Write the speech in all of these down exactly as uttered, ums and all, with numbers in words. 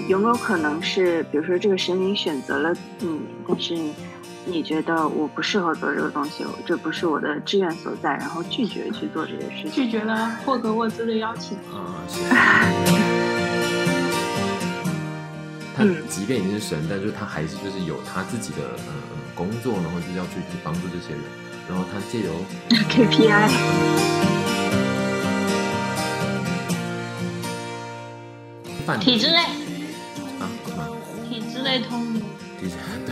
有没有可能是，比如说这个神灵选择了你，但是你觉得我不适合做这个东西，这不是我的志愿所在，然后拒绝去做这件事情， 拒绝了霍格沃兹的邀请。 啊，是。他即便已经是神，但是他还是就是有他自己的呃工作，然后就是要去去帮助这些人，然后他借由 K P I。 体制类啊，什么？ 体制类通灵。 体制对。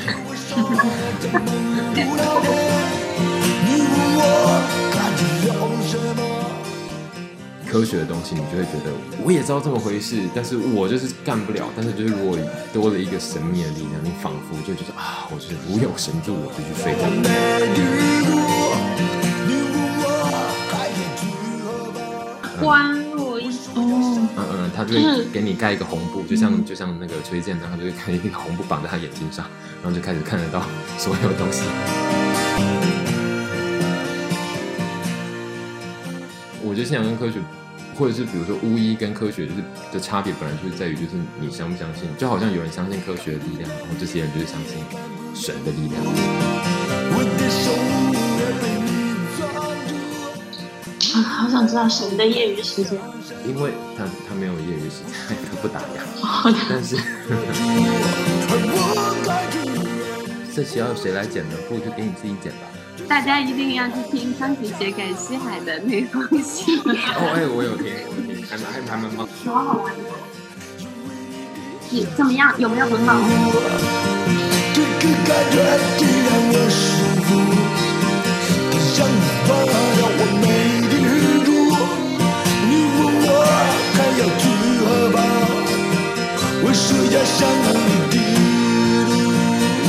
科学的东西，你就会觉得我也知道这么回事，但是我就是干不了。但是就是如果多了一个神秘的力量，你仿佛就觉得啊，我就是如有神助，我就去睡觉。 关若英哦， 嗯嗯，他就会给你盖一个红布，就像就像那个崔健，然后他就会盖一个红布绑在他眼睛上，然后就开始看得到所有东西。我觉得信仰跟科学，或者是比如说巫医跟科学就是的差别，本来就是在于就是你相不相信，就好像有人相信科学的力量，然后这些人就是相信神的力量。 啊，好想知道神的业余时间， 因为他他没有业余时间，他不打烊。但是这期要谁来剪呢？不如就给你自己剪吧。 大家一定要去听张子写给西海的那封信。 哦，哎，我有听，我有听，还蛮还蛮蛮棒， 超好玩的。你怎么样？有没有很好？ 这个感觉最让我舒服，它像你发让我没地住。你问我还要去何方？我说要向你的路。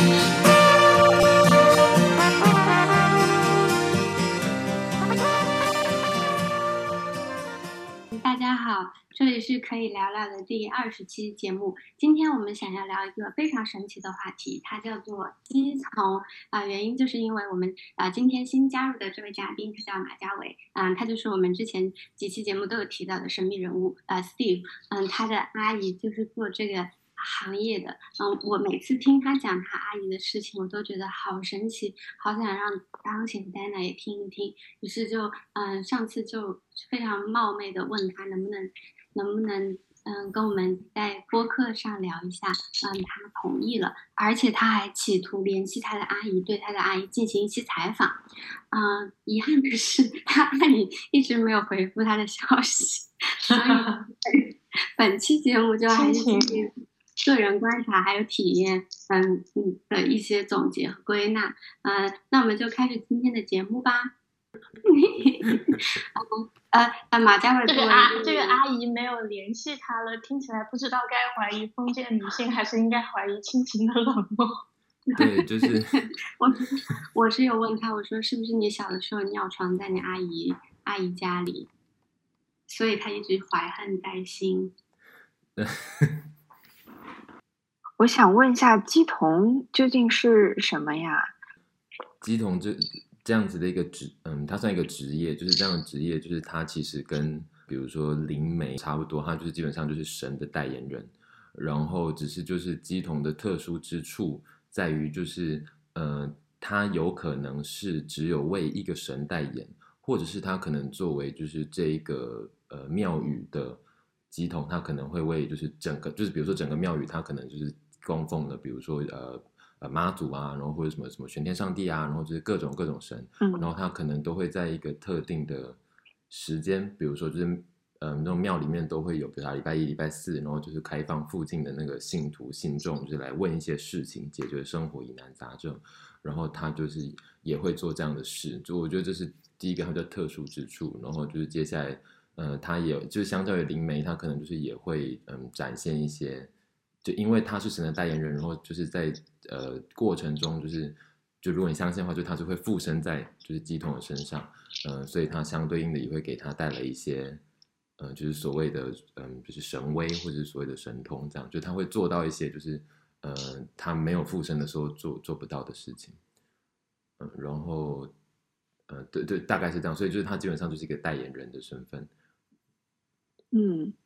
大家好，这里是可以聊聊的第二十期节目。今天我们想要聊一个非常神奇的话题，它叫做基层啊、呃。原因就是因为我们啊、呃、今天新加入的这位嘉宾，他叫马家伟，嗯、呃，他就是我们之前几期节目都有提到的神秘人物呃 Steve， 嗯，他的阿姨就是做这个行业的，嗯，我每次听他讲他阿姨的事情，我都觉得好神奇，好想让当前 Dana 也听一听。于是就，嗯，上次就非常冒昧的问他能不能，能不能，嗯，跟我们在播客上聊一下，嗯，他同意了，而且他还企图联系他的阿姨，对他的阿姨进行一期采访。嗯，遗憾的是，他阿姨一直没有回复他的消息，所以本期节目就还是进行个人观察还有体验，嗯嗯的一些总结和归纳，嗯，那我们就开始今天的节目吧。呃呃，马家伟这个阿这个阿姨没有联系他了，听起来不知道该怀疑封建女性，还是应该怀疑亲情的冷漠。 对，就是我我是有问他，我说是不是你小的时候尿床在你阿姨阿姨家里，所以他一直怀恨在心。 我想问一下，乩童究竟是什么呀？ 乩童这这样子的一个职，嗯，它算一个职业，就是这样的职业，就是它其实跟比如说灵媒差不多，它就是基本上就是神的代言人，然后只是就是乩童的特殊之处在于就是，呃，它有可能是只有为一个神代言，或者是它可能作为就是这一个呃庙宇的乩童，它可能会为就是整个就是比如说整个庙宇，它可能就是供奉了，比如说呃呃妈祖啊，然后或者什么什么玄天上帝啊，然后就是各种各种神， 嗯， 然后他可能都会在一个特定的时间，比如说就是呃那种庙里面都会有，比如说礼拜一、礼拜四，然后就是开放附近的那个信徒信众，就是来问一些事情，解决生活疑难杂症，然后他就是也会做这样的事，就我觉得这是第一个他的特殊之处，然后就是接下来呃他也就是相较于灵媒，他可能就是也会嗯展现一些。就因为他是神的代言人，然后就是在呃过程中，就是就如果你相信的话，就他是会附身在就是乩童的身上，呃，所以他相对应的也会给他带来一些呃就是所谓的嗯就是神威或者是所谓的神通，这样就他会做到一些就是呃他没有附身的时候做做不到的事情，嗯、呃，然后呃对对大概是这样，所以就是他基本上就是一个代言人的身份。 嗯。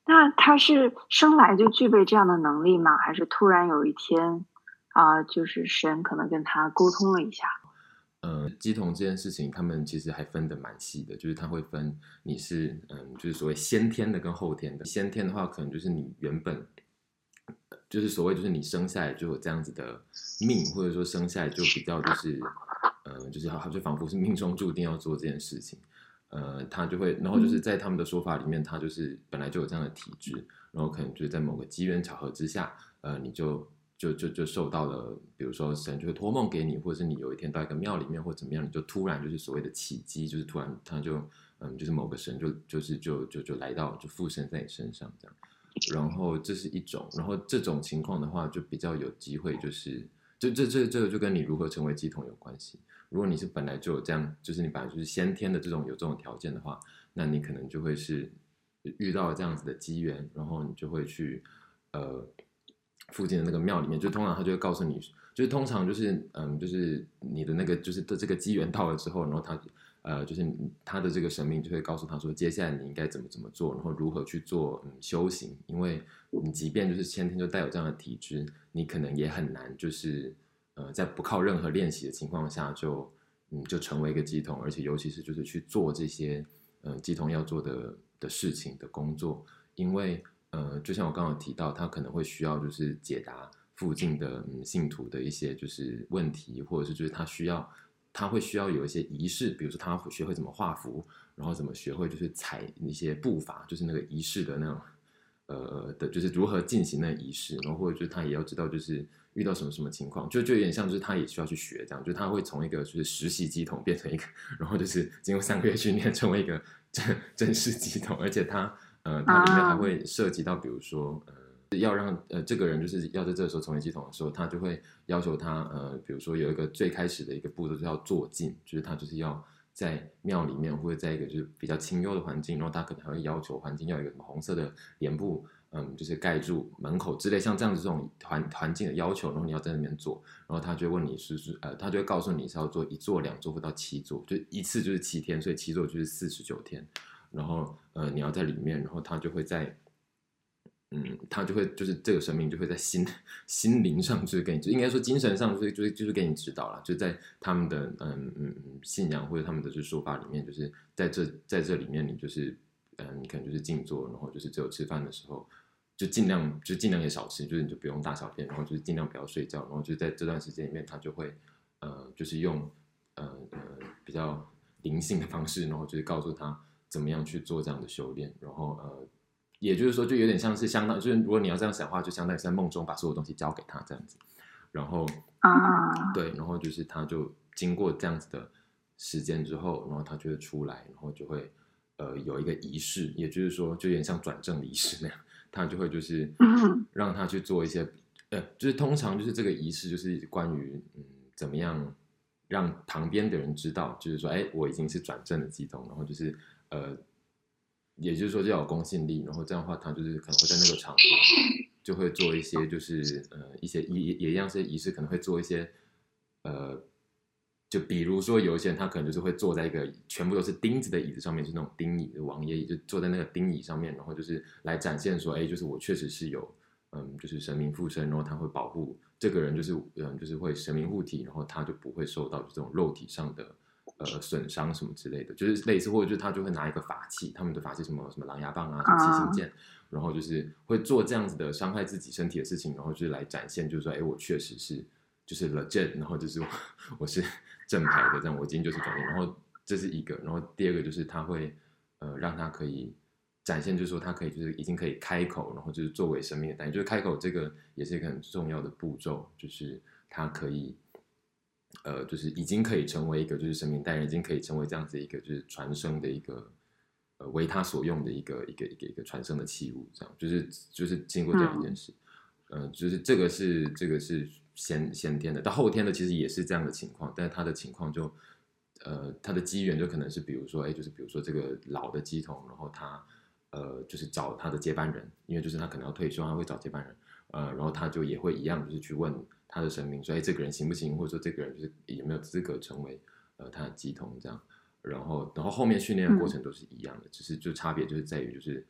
那他是生来就具备这样的能力吗？还是突然有一天啊、呃，就是神可能跟他沟通了一下？ 呃，乩童这件事情，他们其实还分得蛮细的，就是他会分你是嗯，就是所谓先天的跟后天的。先天的话，可能就是你原本就是所谓就是你生下来就有这样子的命，或者说生下来就比较就是呃，就是好就仿佛是命中注定要做这件事情。呃，他就会，然后就是在他们的说法里面，他就是本来就有这样的体质，然后可能就是在某个机缘巧合之下，呃，你就。就就就受到了，比如说神就会托梦给你，或者是你有一天到一个庙里面或怎么样，你就突然就是所谓的奇迹，就是突然他就嗯，就是某个神就就是就就就来到就附身在你身上这样，然后这是一种，然后这种情况的话就比较有机会就是就这这这个就跟你如何成为乩童有关系。如果你是本来就有这样，就是你本来就是先天的这种有这种条件的话，那你可能就会是遇到这样子的机缘，然后你就会去呃。附近的那个庙里面，就通常他就会告诉你，就是通常就是嗯，就是你的那个就是的这个机缘到了之后，然后他呃就是他的这个神明就会告诉他说，接下来你应该怎么怎么做，然后如何去做嗯修行，因为你即便就是先天就带有这样的体质，你可能也很难就是呃在不靠任何练习的情况下就嗯就成为一个乩童，而且尤其是就是去做这些呃乩童要做的的事情的工作，因为。呃，就像我刚刚提到，他可能会需要就是解答附近的嗯信徒的一些就是问题，或者是就是他需要他会需要有一些仪式，比如说他学会怎么画符，然后怎么学会就是踩一些步伐，就是那个仪式的那种呃的，就是如何进行那个仪式，然后或者就是他也要知道就是遇到什么什么情况，就就有点像就是他也需要去学这样，就他会从一个就是实习乩童变成一个，然后就是经过三个月训练成为一个正正式乩童，而且他。呃，它里面还会涉及到，比如说，呃，要让呃这个人就是要在这个时候成为乩童的时候，他就会要求他，呃，比如说有一个最开始的一个步骤就是要坐禁，就是他就是要在庙里面或者在一个就是比较清幽的环境，然后他可能还会要求环境要有一个什么红色的帘布，嗯，就是盖住门口之类，像这样子这种环环境的要求，然后你要在那边做，然后他就会问你是是呃，他就会告诉你是要做一坐、两坐或到七坐，就一次就是七天，所以七坐就是四十九天。然后呃，你要在里面，然后他就会在，嗯，他就会就是这个神明就会在心心灵上就是给你，应该说精神上就是就是就是给你指导了，就在他们的嗯嗯信仰或者他们的就是说法里面，就是在这在这里面你就是嗯、呃、你可能就是静坐，然后就是只有吃饭的时候就尽量就尽量也少吃，就是你就不用大小便，然后就是尽量不要睡觉，然后就在这段时间里面他就会呃就是用呃呃比较灵性的方式，然后就是告诉他。怎么样去做这样的修炼，然后呃，也就是说，就有点像是相当，就是如果你要这样想的话，就相当于在梦中把所有东西交给他这样子，然后啊， 对，然后就是他就经过这样子的时间之后，然后他就会出来，然后就会呃有一个仪式，也就是说，就有点像转正的仪式那样，他就会就是让他去做一些，呃，就是通常就是这个仪式就是关于嗯怎么样让旁边的人知道，就是说，哎，我已经是转正的乩童，然后就是。呃，也就是说，就要有公信力，然后这样的话，他就是可能会在那个场合就会做一些，就是呃一些也也一样是仪式，可能会做一些呃，就比如说有一些人他可能就是会坐在一个全部都是钉子的椅子上面，是那种钉椅的王爷椅，就坐在那个钉椅上面，然后就是来展现说，哎，就是我确实是有嗯，就是神明附身，然后他会保护这个人，就是嗯，就是会神明护体，然后他就不会受到这种肉体上的。呃，损伤什么之类的，就是类似，或者就是他就会拿一个法器，他们的法器什么什么狼牙棒啊，什么七星剑，然后就是会做这样子的伤害自己身体的事情，然后就是来展现，就是说，哎，我确实是就是 legit， 然后就是我, 我是正牌的，这样我今天就是转正，然后这是一个，然后第二个就是他会呃让他可以展现，就是说他可以就是已经可以开口，然后就是作为生命的代言，就是开口这个也是一个很重要的步骤，就是他可以。呃，就是已经可以成为一个就是神明代言人，已经可以成为这样子一个就是传声的一个呃为他所用的一个一个一个一个传声的器物，这样就是就是经过这样一件事，嗯、呃，就是这个是这个是先先天的，到后天的其实也是这样的情况，但是他的情况就呃他的机缘就可能是比如说哎，就是比如说这个老的乩童，然后他呃就是找他的接班人，因为就是他可能要退休，他会找接班人，呃，然后他就也会一样就是去问。他的神明说：“哎，这个人行不行？或者说这个人就是有没有资格成为呃他的乩童这样？然后，然后后面训练的过程都是一样的，嗯、只是就差别就是在于就是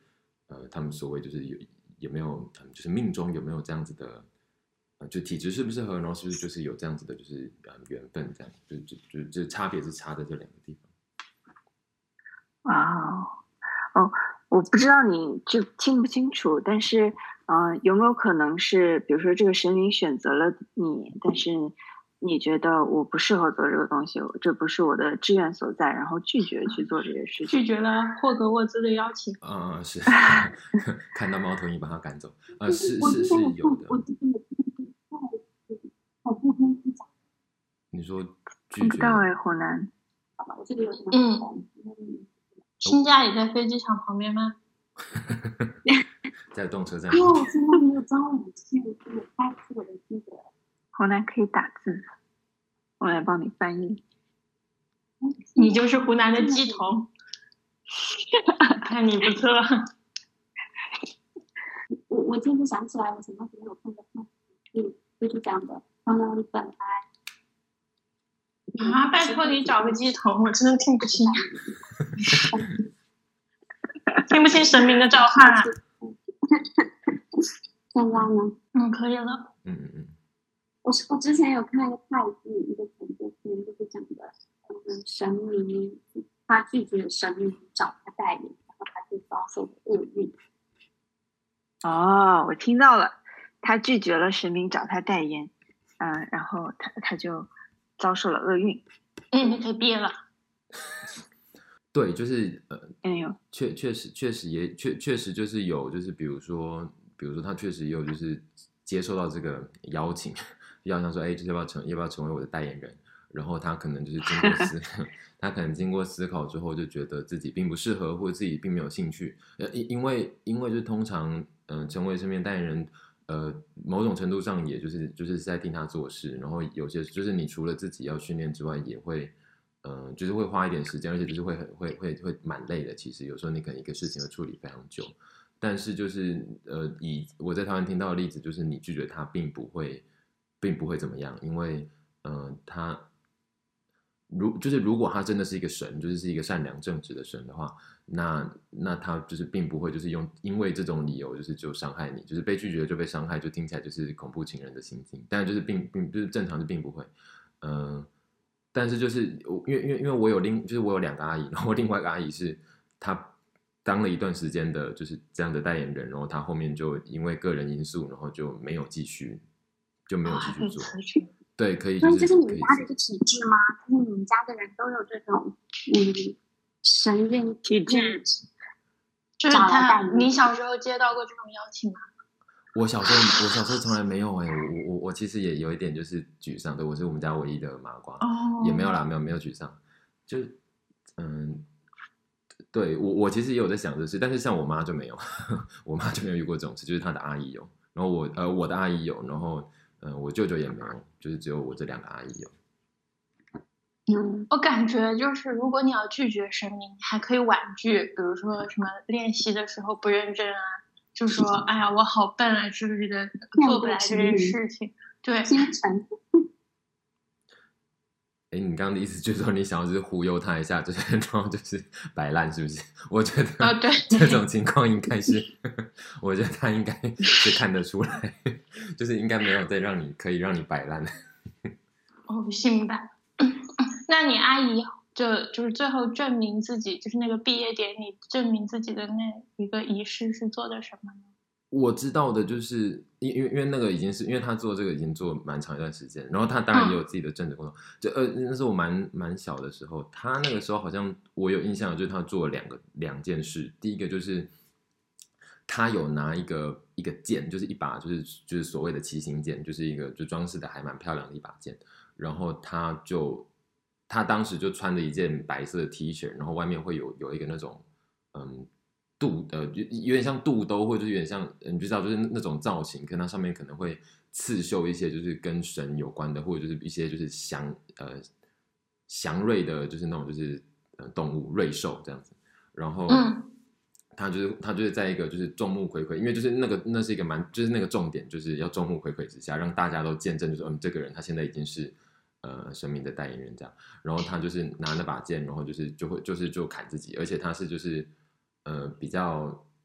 呃，他们所谓就是有有没有，嗯，就是命中有没有这样子的，呃，就体质适不适合，然后是不是就是有这样子的，就是呃缘分这样，就就就就差别是差在这两个地方。 哇哦，哦，我不知道你就清不清楚，但是，呃，有没有可能是，比如说这个神灵选择了你，但是你觉得我不适合做这个东西，这不是我的志愿所在，然后拒绝去做这些事情， 拒绝了霍格沃兹的邀请。 啊、呃，是看到猫头鹰把它赶走，呃，是是是有的。你说拒绝？ 不知道哎，湖南。 嗯，新家也在飞机场旁边吗？ 在动车站。 哦，现在没有中午去，我开始我的记得。 湖南可以打字，我来帮你翻译。 你就是湖南的鸡童，看你不错。 我我今天想起来，我前段时间有看过看剧，就是讲的，刚刚本来。 啊！拜托你找个鸡童，我真的听不清，听不清神明的召唤啊！ 现在呢？ 嗯，可以了。 嗯嗯嗯。 我是我之前有看一个泰剧，一个恐怖片，就是讲的，嗯，神明他拒绝神明找他代言，然后他就遭受了厄运。 哦，我听到了，他拒绝了神明找他代言，嗯、呃，然后他他就。遭受了厄运， 嗯，你可以毕业了。 对，就是呃， 哎呦， 确确实确实也确确实就是有，就是比如说，比如说他确实也有就是接受到这个邀请，要想说，哎，就是要不要成要不要成为我的代言人？然后他可能就是经过思，他可能经过思考之后，就觉得自己并不适合，或者自己并没有兴趣。呃，因因为因为就通常，嗯、呃，成为身边代言人。呃，某种程度上，也就是就是在替他做事，然后有些就是你除了自己要训练之外，也会，呃，就是会花一点时间，而且就是会会会会蛮累的。其实有时候你可能一个事情会处理非常久，但是就是呃，以我在台湾听到的例子，就是你拒绝他，并不会，并不会怎么样，因为呃，他如就是如果他真的是一个神，就是是一个善良正直的神的话。那那他就是并不会就是用因为这种理由就是就伤害你，就是被拒绝就被伤害，就听起来就是恐怖情人的心境，但就是并并就是正常是并不会，嗯、呃，但是就是因为因为因为我有另就是我有两个阿姨，然后另外一个阿姨是她当了一段时间的就是这样的代言人，然后她后面就因为个人因素，然后就没有继续就没有继续做，对，可以、就是， 所以这是你们家的一个体制吗？就是你们家的人都有这种嗯。神韵体质， 就是他。你小时候接到过这种邀请吗？ 我小时候，我小时候从来没有哎、欸，我我我其实也有一点就是沮丧，对，我是我们家唯一的麻瓜，哦、也没有啦，没有没有沮丧，就嗯，对我我其实也有在想这事，但是像我妈就没有，我妈就没有遇过这种事，就是她的阿姨有，然后我呃我的阿姨有，然后嗯、呃、我舅舅也没有，就是只有我这两个阿姨有。 嗯，我感觉就是如果你要拒绝神明，你还可以婉拒，比如说什么练习的时候不认真啊，就说哎呀我好笨啊之类的，做不来这件事情。对， 哎，你刚刚的意思就是说你想要就是忽悠他一下，就是然后就是摆烂，是不是？我觉得啊，对， 这种情况应该是，我觉得他应该是看得出来，就是应该没有再让你可以让你摆烂。 我不信吧？那你阿姨就就是最后证明自己，就是那个毕业典礼证明自己的那一个仪式是做的什么呢？ 我知道的就是，因为因为那个已经是因为他做这个已经做蛮长一段时间，然后他当然也有自己的政治工作。嗯、就呃那是我蛮蛮小的时候，他那个时候好像我有印象，就是他做了两个两件事。第一个就是他有拿一个一个剑，就是一把就是就是所谓的七星剑，就是一个就装饰的还蛮漂亮的一把剑，然后他就。他当时就穿着一件白色的 T 恤，然后外面会有有一个那种嗯肚呃有点像肚兜，或者就是有点像你知道就是那种造型，可能它上面可能会刺绣一些就是跟神有关的，或者就是一些就是祥呃祥瑞的，就是那种就是呃动物瑞兽这样子，然后。嗯他就是他就是在一个就是众目睽睽，因为就是那个那是一个蛮就是那个重点，就是要众目睽睽之下，让大家都见证，就是嗯这个人他现在已经是。呃，神明的代言人这样，然后他就是拿那把剑，然后就是就会就是就砍自己，而且他是就是呃比较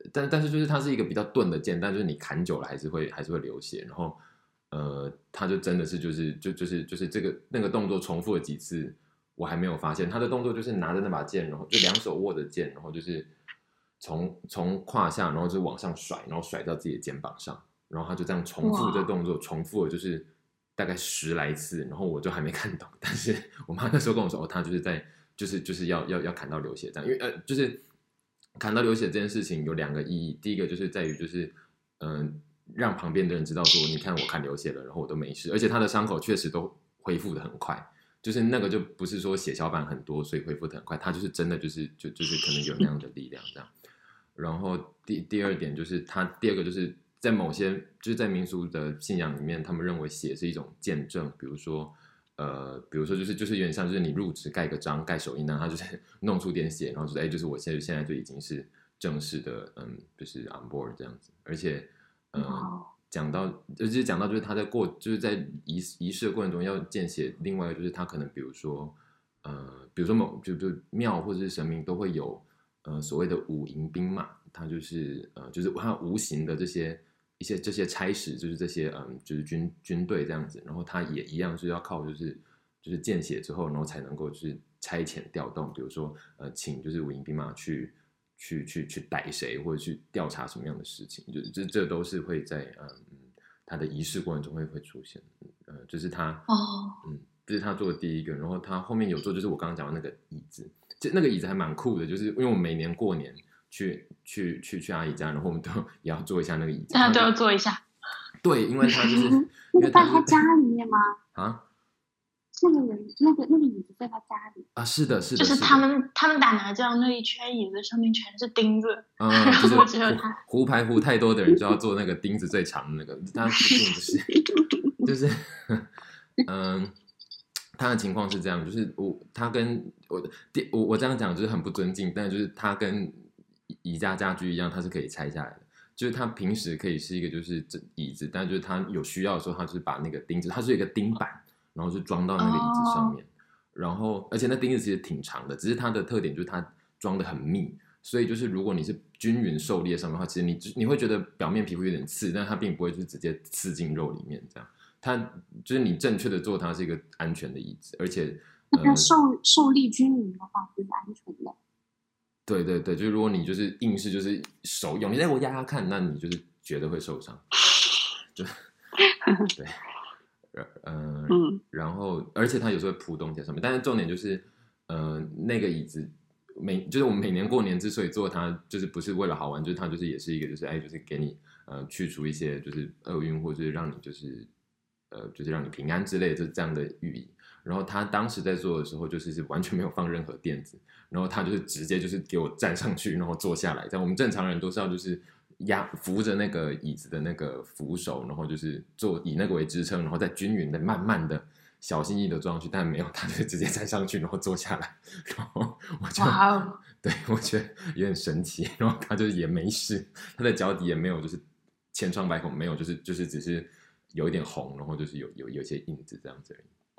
但但是就是它是一个比较钝的剑，但就是你砍久了还是会还是会流血，然后呃，他就真的是就是就就是就是这个那个动作重复了几次，我还没有发现他的动作就是拿着那把剑，然后就两手握着剑，然后就是从从胯下，然后就往上甩，然后甩到自己的肩膀上，然后他就这样重复这动作，重复了就是大概十来次，然后我就还没看懂，但是我妈那时候跟我说，哦，他就是在就是就是要要要砍到流血这样，因为呃就是砍到流血这件事情有两个意义，第一个就是在于就是嗯、呃、让旁边的人知道说，你看我砍流血了，然后我都没事，而且他的伤口确实都恢复的很快。就是那个就不是说血小板很多所以恢复的很快，他就是真的就是就就是可能有那样的力量这样。然后第第二点就是他第二个就是在某些就是在民俗的信仰里面，他们认为血是一种见证，比如说呃比如说就是就是有点像就是你入职盖个章盖手印呢，他就是弄出点血，然后就是哎就是我现在现在就已经是正式的嗯就是 on board 这样子，而且嗯。呃讲到，就是讲到，就是他在过，就是在仪仪式的过程中要见血。另外就是他可能，比如说，呃，比如说某就就庙或者是神明都会有呃所谓的五营兵马，他就是呃就是他无形的这些一些这些差使，就是这些嗯就是军军队这样子。然后他也一样是要靠就是就是见血之后，然后才能够就是差遣调动，比如说呃请就是五营兵马去。去去去逮谁，或者去调查什么样的事情，就这这都是会在嗯他的仪式过程中会会出现，呃，就是他哦， 嗯，这、就是他做的第一个，然后他后面有做就是我刚刚讲的那个椅子，这那个椅子还蛮酷的，就是因为我们每年过年去去去去阿姨家，然后我们都也要做一下那个椅子， 大家都要做一下。 对，因为他就是因为在他家里面吗？ 啊。 那个人，那个那个椅子在他家里啊，是的，是的， 就是他们他们打麻将那一圈椅子上面全是钉子， 嗯， 然后只有他胡牌胡太多的人就要做那个钉子最长的那个，他并不是，就是嗯，他的情况是这样，就是我他跟我我我这样讲就是很不尊敬，但就是他跟宜家家居一样，他是可以拆下来的。就是他平时可以是一个就是椅子，但就是他有需要的时候，他就是把那个钉子，它是一个钉板。然后就装到那个椅子上面， oh. 然后而且那钉子其实挺长的，只是它的特点就是它装的很密，所以就是如果你是均匀受力上面的话，其实你你会觉得表面皮肤有点刺，但它并不会就是直接刺进肉里面这样。它就是你正确的做它是一个安全的椅子，而且那它受、呃、受力均匀的话就是安全的。 对对对，就是如果你就是硬是就是手用，你在我压压看，那你就是绝对会受伤。就对。呃、嗯，然后而且它有时候会扑东西在上面，但是重点就是，呃，那个椅子每就是我们每年过年之所以做它，就是不是为了好玩，就是它就是也是一个就是哎，就是给你呃去除一些就是厄运，或者是让你就是呃就是让你平安之类的，就是这样的寓意。然后他当时在做的时候，就是是完全没有放任何垫子，然后他就是直接就是给我站上去，然后坐下来。这样我们正常人都是要就是。压扶着那个椅子的那个扶手，然后就是做以那个为支撑，然后再均匀的、慢慢的、小心翼翼的坐上去。但没有，他就直接站上去，然后坐下来。然后我就，wow. 对我觉得有点神奇。然后他就是也没事，他的脚底也没有就是千疮百孔，没有，就是就是只是有一点红，然后就是有有有一些印子这样子而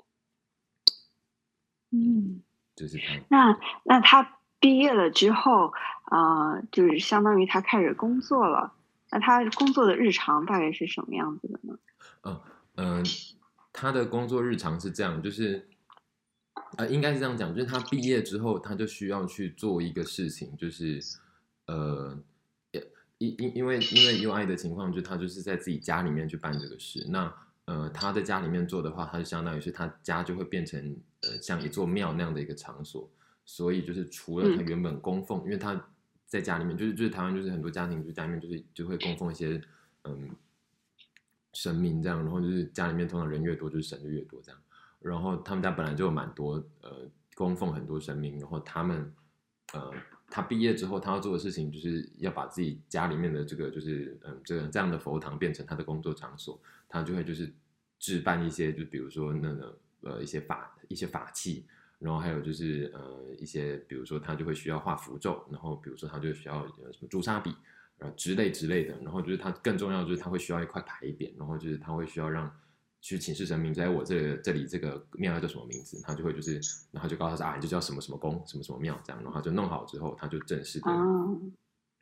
已。嗯， 就是他。 那那他。毕业了之后，呃，就是相当于他开始工作了。那他工作的日常大概是什么样子的呢？ 嗯嗯、呃，他的工作日常是这样，就是呃，应该是这样讲，就是他毕业之后，他就需要去做一个事情，就是呃，因因因为因为 U I 的情况，就他就是在自己家里面去办这个事。那呃，他在家里面做的话，他就相当于是他家就会变成呃像一座庙那样的一个场所。所以就是除了他原本供奉，嗯、因为他在家里面，就是就是台湾就是很多家庭就家里面就是就会供奉一些嗯神明这样，然后就是家里面通常人越多，就是神就越多这样。然后他们家本来就有蛮多呃供奉很多神明，然后他们呃他毕业之后他要做的事情就是要把自己家里面的这个就是嗯这个这样的佛堂变成他的工作场所，他就会就是置办一些就比如说那个呃一些法一些法器。然后还有就是呃一些，比如说他就会需要画符咒，然后比如说他就需要什么朱砂笔，呃之类之类的。然后就是他更重要的就是他会需要一块牌匾，然后就是他会需要让去请示神明，在我这个这里这个庙叫什么名字，他就会就是然后就告诉他说啊，你就叫什么什么宫什么什么庙这样，然后他就弄好之后，他就正式的， 哦、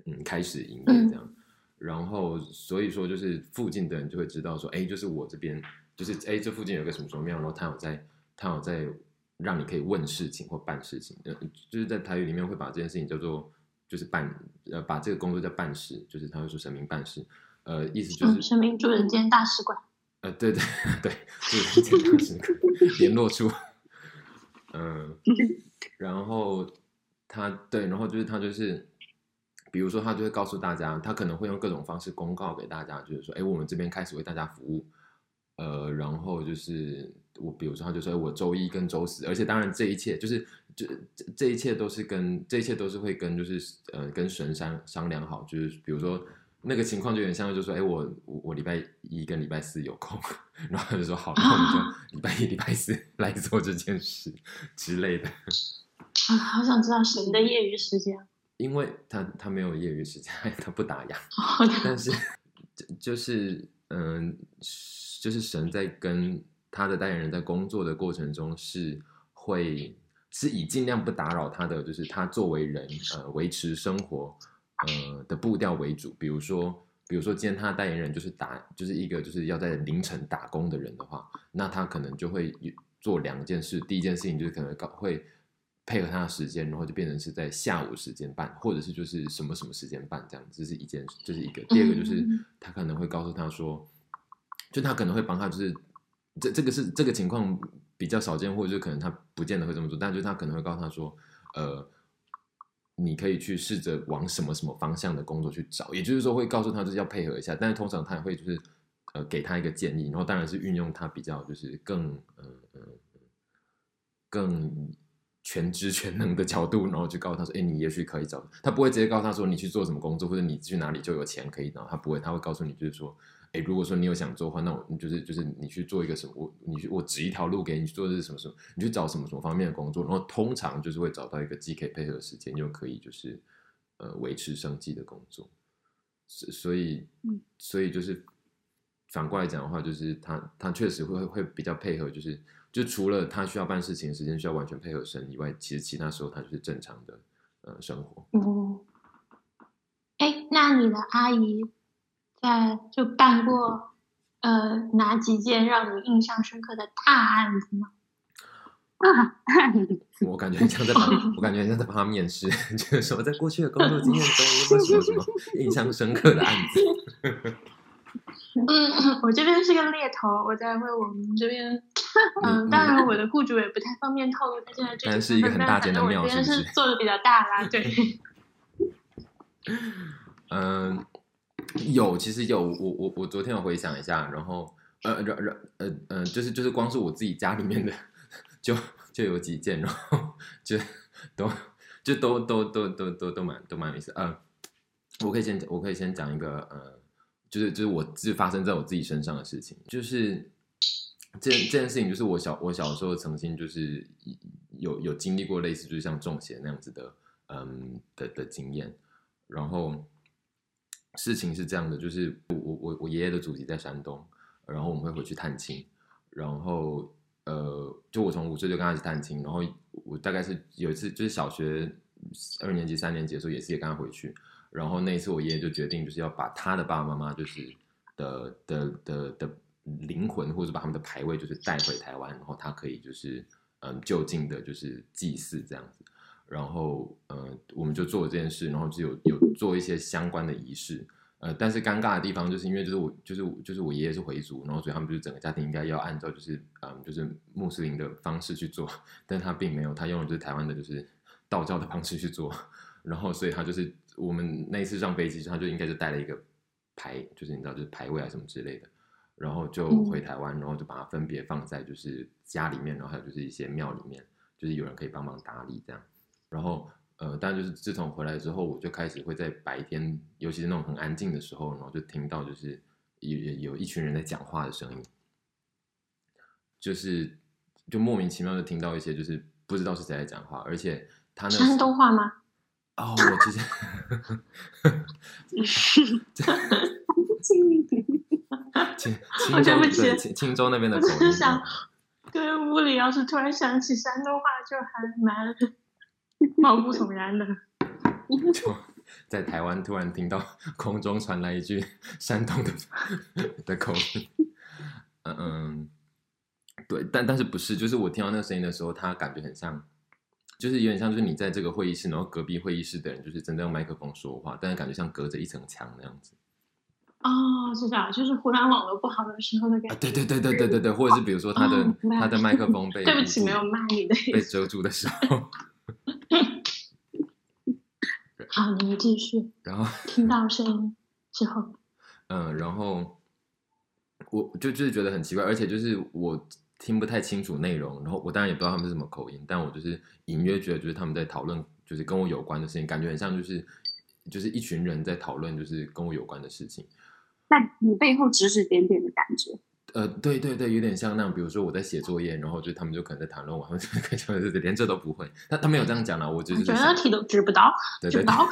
嗯开始营业这样。嗯然后，所以说就是附近的人就会知道说，哎，就是我这边，就是哎，这附近有个什么什么庙，然后他有在，他有在让你可以问事情或办事情，呃，就是在台语里面会把这件事情叫做，就是办，呃，把这个工作叫办事，就是他会说神明办事，呃，意思就是、 嗯、神明驻人间大使馆， 呃，对对对，驻人间大使馆联络处，嗯、呃，然后他对，然后就是他就是。比如说，他就会告诉大家，他可能会用各种方式公告给大家，就是说，哎，我们这边开始为大家服务，呃，然后就是我，比如说，他就说，我周一跟周四，而且当然这一切就是这这一切都是跟这一切都是会跟就是呃跟神商商量好，就是比如说那个情况就有点像，就是说，哎，我我我礼拜一跟礼拜四有空，然后他就说好，那我们就礼拜一、礼拜四来做这件事之类的。 啊，好想知道神的业余时间。 因为他他没有业余时间，他不打烊，但是就是嗯、呃，就是神在跟他的代言人在工作的过程中是会是以尽量不打扰他的，就是他作为人呃维持生活呃的步调为主。比如说，比如说今天他的代言人就是打就是一个就是要在凌晨打工的人的话，那他可能就会做两件事。第一件事情就是可能会。配合他的时间，然后就变成是在下午时间办，或者是就是什么什么时间办这样，这是一件，这、就是一个。第二个就是他可能会告诉他说，就他可能会帮他，就是这这个是这个情况比较少见，或者就可能他不见得会这么做，但就是他可能会告诉他说，呃，你可以去试着往什么什么方向的工作去找，也就是说会告诉他就是要配合一下，但是通常他也会就是呃给他一个建议，然后当然是运用他比较就是更呃呃更。全知全能的角度，然后就告诉他说：“哎，你也许可以找。”他不会直接告诉他说：“你去做什么工作，或者你去哪里就有钱可以拿。”他不会，他会告诉你，就是说：“哎，如果说你有想做的话，那我就是就是你去做一个什么，我你去我指一条路给你去做的是什么什么，你去找什么什么方面的工作，然后通常就是会找到一个既可以配合时间，又可以就是呃维持生计的工作。所以，所以就是反过来讲的话，就是他他确实会会比较配合，就是。”就除了他需要办事情的时间需要完全配合神以外，其实其他时候他就是正常的呃生活。 嗯，哎，那你的阿姨在就办过呃哪几件让你印象深刻的大案子吗？ 我感觉像在帮，我感觉像在帮他面试，就是说在过去的工作经验中有没有什么什么印象深刻的案子？ 嗯，我这边是个猎头，我在为我们这边，嗯，当然我的雇主也不太方便透露他现在这但是一个很大间的庙， 我这边是做的比较大啦，对。 嗯，有，其实有，我我我昨天有回想一下，然后呃呃呃呃，就是就是光是我自己家里面的，就就有几件，然后就都就都都都都都都蛮都蛮有意思。呃，我可以先我可以先讲一个呃。就是就是我是发生在我自己身上的事情，就是这这件事情，就是我小我小时候曾经就是有有经历过类似就是像中邪那样子的嗯的的经验，然后事情是这样的，就是我我我爷爷的祖籍在山东，然后我们会回去探亲，然后呃就我从五岁就跟他一起探亲，然后我大概是有一次就是小学二年级三年级的时候也是也跟他回去。然后那一次，我爷爷就决定就是要把他的爸爸妈妈就是的的的的灵魂，或者把他们的牌位就是带回台湾，然后他可以就是嗯就近的就是祭祀这样子。然后呃我们就做了这件事，然后就有有做一些相关的仪式。呃，但是尴尬的地方就是因为就是我就是就是我爷爷是回族，然后所以他们就是整个家庭应该要按照就是嗯就是穆斯林的方式去做，但是他并没有，他用的就是台湾的就是道教的方式去做，然后所以他就是。我们那一次上飞机，他就应该就带了一个牌，就是你知道，就是牌位啊什么之类的，然后就回台湾，然后就把它分别放在就是家里面，然后还有就是一些庙里面，就是有人可以帮忙打理这样。然后呃，但就是自从回来之后，我就开始会在白天，尤其是那种很安静的时候，然后就听到就是有有一群人在讲话的声音，就是就莫名其妙的听到一些就是不知道是谁在讲话，而且他那山东话吗？ 哦，我其实，青青州对青青州那边的口音， 想对屋里要是突然想起山东话，就还蛮毛骨悚然的。 就在台湾突然听到空中传来一句山东的的口音，嗯嗯，对，但但是不是，就是我听到那个声音的时候，它感觉很像，就是有点像，就是你在这个会议室，然后隔壁会议室的人就是真的用麦克风说话，但是感觉像隔着一层墙那样子。 哦，是这样，就是忽然网络不好的时候的感觉。 啊，对对对对对对对，或者是比如说他的、 哦、 他的麦克风被对不起，没有骂你的被遮住的时候。 好，你们继续。 然后听到声音之后， 嗯，然后我就就是觉得很奇怪，而且就是我听不太清楚内容，然后我当然也不知道他们是什么口音，但我就是隐约觉得就是他们在讨论就是跟我有关的事情，感觉很像就是就是一群人在讨论就是跟我有关的事情。 那你背后指指点点的感觉。 呃，对对对，有点像那样。比如说我在写作业，然后就他们就可能在谈论我，他们就连这都不会。他他没有这样讲啦，我就是觉得题都知不到， 对对对，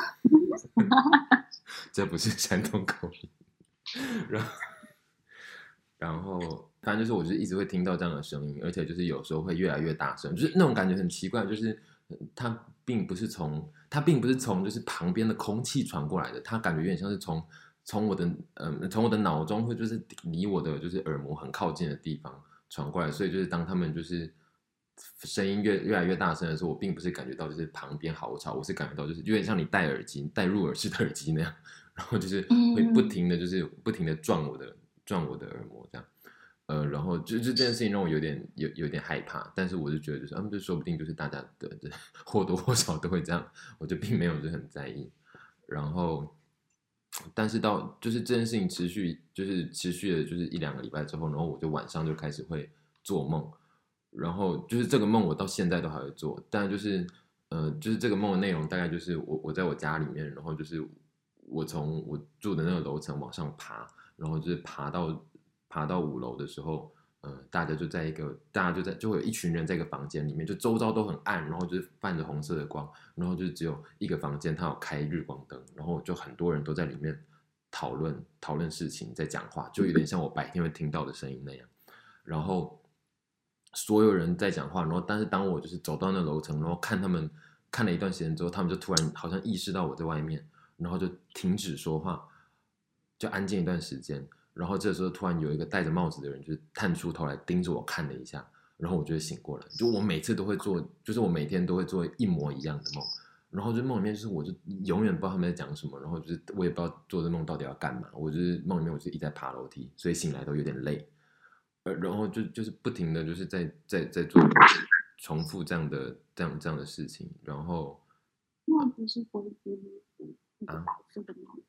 这不是山东口音。然后，然后反正就是我就是一直会听到这样的声音，而且就是有时候会越来越大声，就是那种感觉很奇怪，就是它并不是从它并不是从就是旁边的空气传过来的，它感觉有点像是从。从我的嗯，从我的脑中会就是离我的就是耳膜很靠近的地方传过来，所以就是当他们就是声音越越来越大声的时候，我并不是感觉到就是旁边好吵，我是感觉到就是有点像你戴耳机戴入耳式的耳机那样，然后就是会不停的就是不停的撞我的撞我的耳膜这样，呃，然后就就这件事情让我有点有有点害怕，但是我就觉得就是他们就说不定就是大家的或多或少都会这样，我就并没有就很在意，然后。但是到就是这件事情持续，就是持续了就是一两个礼拜之后，然后我就晚上就开始会做梦，然后就是这个梦我到现在都还会做，但就是呃就是这个梦的内容大概就是我我在我家里面，然后就是我从我住的那个楼层往上爬，然后就是爬到爬到五楼的时候。呃，大家就在一个，大家就在，就会有一群人在一个房间里面，就周遭都很暗，然后就是泛着红色的光，然后就只有一个房间，它有开日光灯，然后就很多人都在里面讨论讨论事情，在讲话，就有点像我白天会听到的声音那样。然后所有人在讲话，然后但是当我就是走到那楼层，然后看他们看了一段时间之后，他们就突然好像意识到我在外面，然后就停止说话，就安静一段时间。然后这时候突然有一个戴着帽子的人，就是探出头来盯着我看了一下，然后我就醒过来。就我每次都会做，就是我每天都会做一模一样的梦，然后就梦里面就是我就永远不知道他们在讲什么，然后就是我也不知道做这梦到底要干嘛。我就是梦里面我就一直在爬楼梯，所以醒来都有点累，呃，然后就就是不停的就是在在在做重复这样的这样这样的事情，然后帽子是灰色的，一个白色的帽子。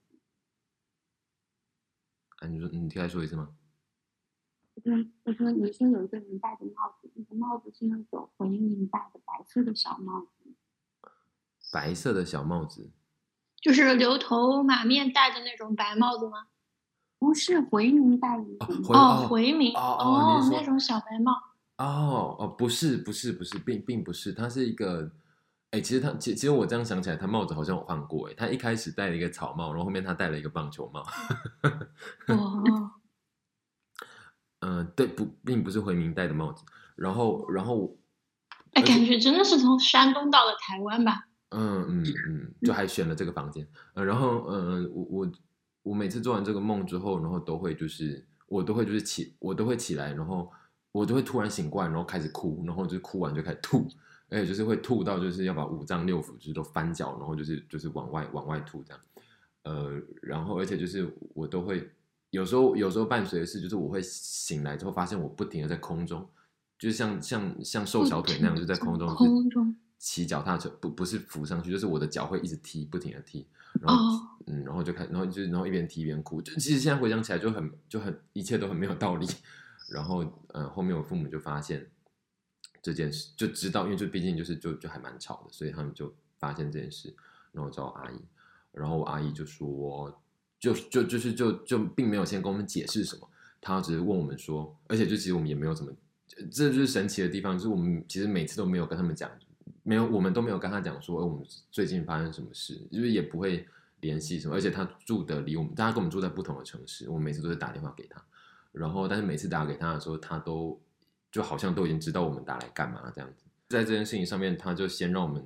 啊，你说你再说一次吗？ 我说我说你说有一个人戴着帽子，那个帽子是那种回民戴的白色的小帽子。 白色的小帽子， 就是牛头马面戴的那种白帽子吗？ 不是回民戴的哦， 那种。 回哦，回民哦哦， 哦，那种小白帽。 哦哦，不是不是不是，并并不是，它是一个。哎，其实他，其其实我这样想起来，他帽子好像有换过。哎，他一开始戴了一个草帽，然后后面他戴了一个棒球帽。 哦， 嗯、呃，对，不，并不是回民戴的帽子。然后，然后， 哎，感觉真的是从山东到了台湾吧？ 嗯嗯嗯，就还选了这个房间。呃，然后，嗯、呃，我我我每次做完这个梦之后，然后都会就是我都会就是起，我都会起来，然后我都会突然醒过来，然后开始哭，然后就哭完就开始吐。而且就是会吐到，就是要把五脏六腑就是都翻搅，然后就是就是往外往外吐这样，呃，然后而且就是我都会有时候有时候伴随的是，就是我会醒来之后发现我不停的在空中，就是像像像瘦小腿那样，就在空中空中骑脚踏车，不不是浮上去，就是我的脚会一直踢，不停的踢，然后、 哦、 嗯，然后就开，然后就然后一边踢一边哭，就其实现在回想起来就很就很一切都很没有道理，然后呃后面我父母就发现。这件事就知道，因为就毕竟就是就就还蛮吵的，所以他们就发现这件事，然后找我阿姨，然后我阿姨就说，就就就是就就并没有先跟我们解释什么，她只是问我们说，而且就其实我们也没有什么，这就是神奇的地方，就是我们其实每次都没有跟他们讲，没有我们都没有跟他讲说，我们最近发生什么事，就是也不会联系什么，而且他住的离我们，大家跟我们住在不同的城市，我们每次都是打电话给他，然后但是每次打给他的时候，他都。就好像都已经知道我们打来干嘛这样子，在这件事情上面，他就先让我们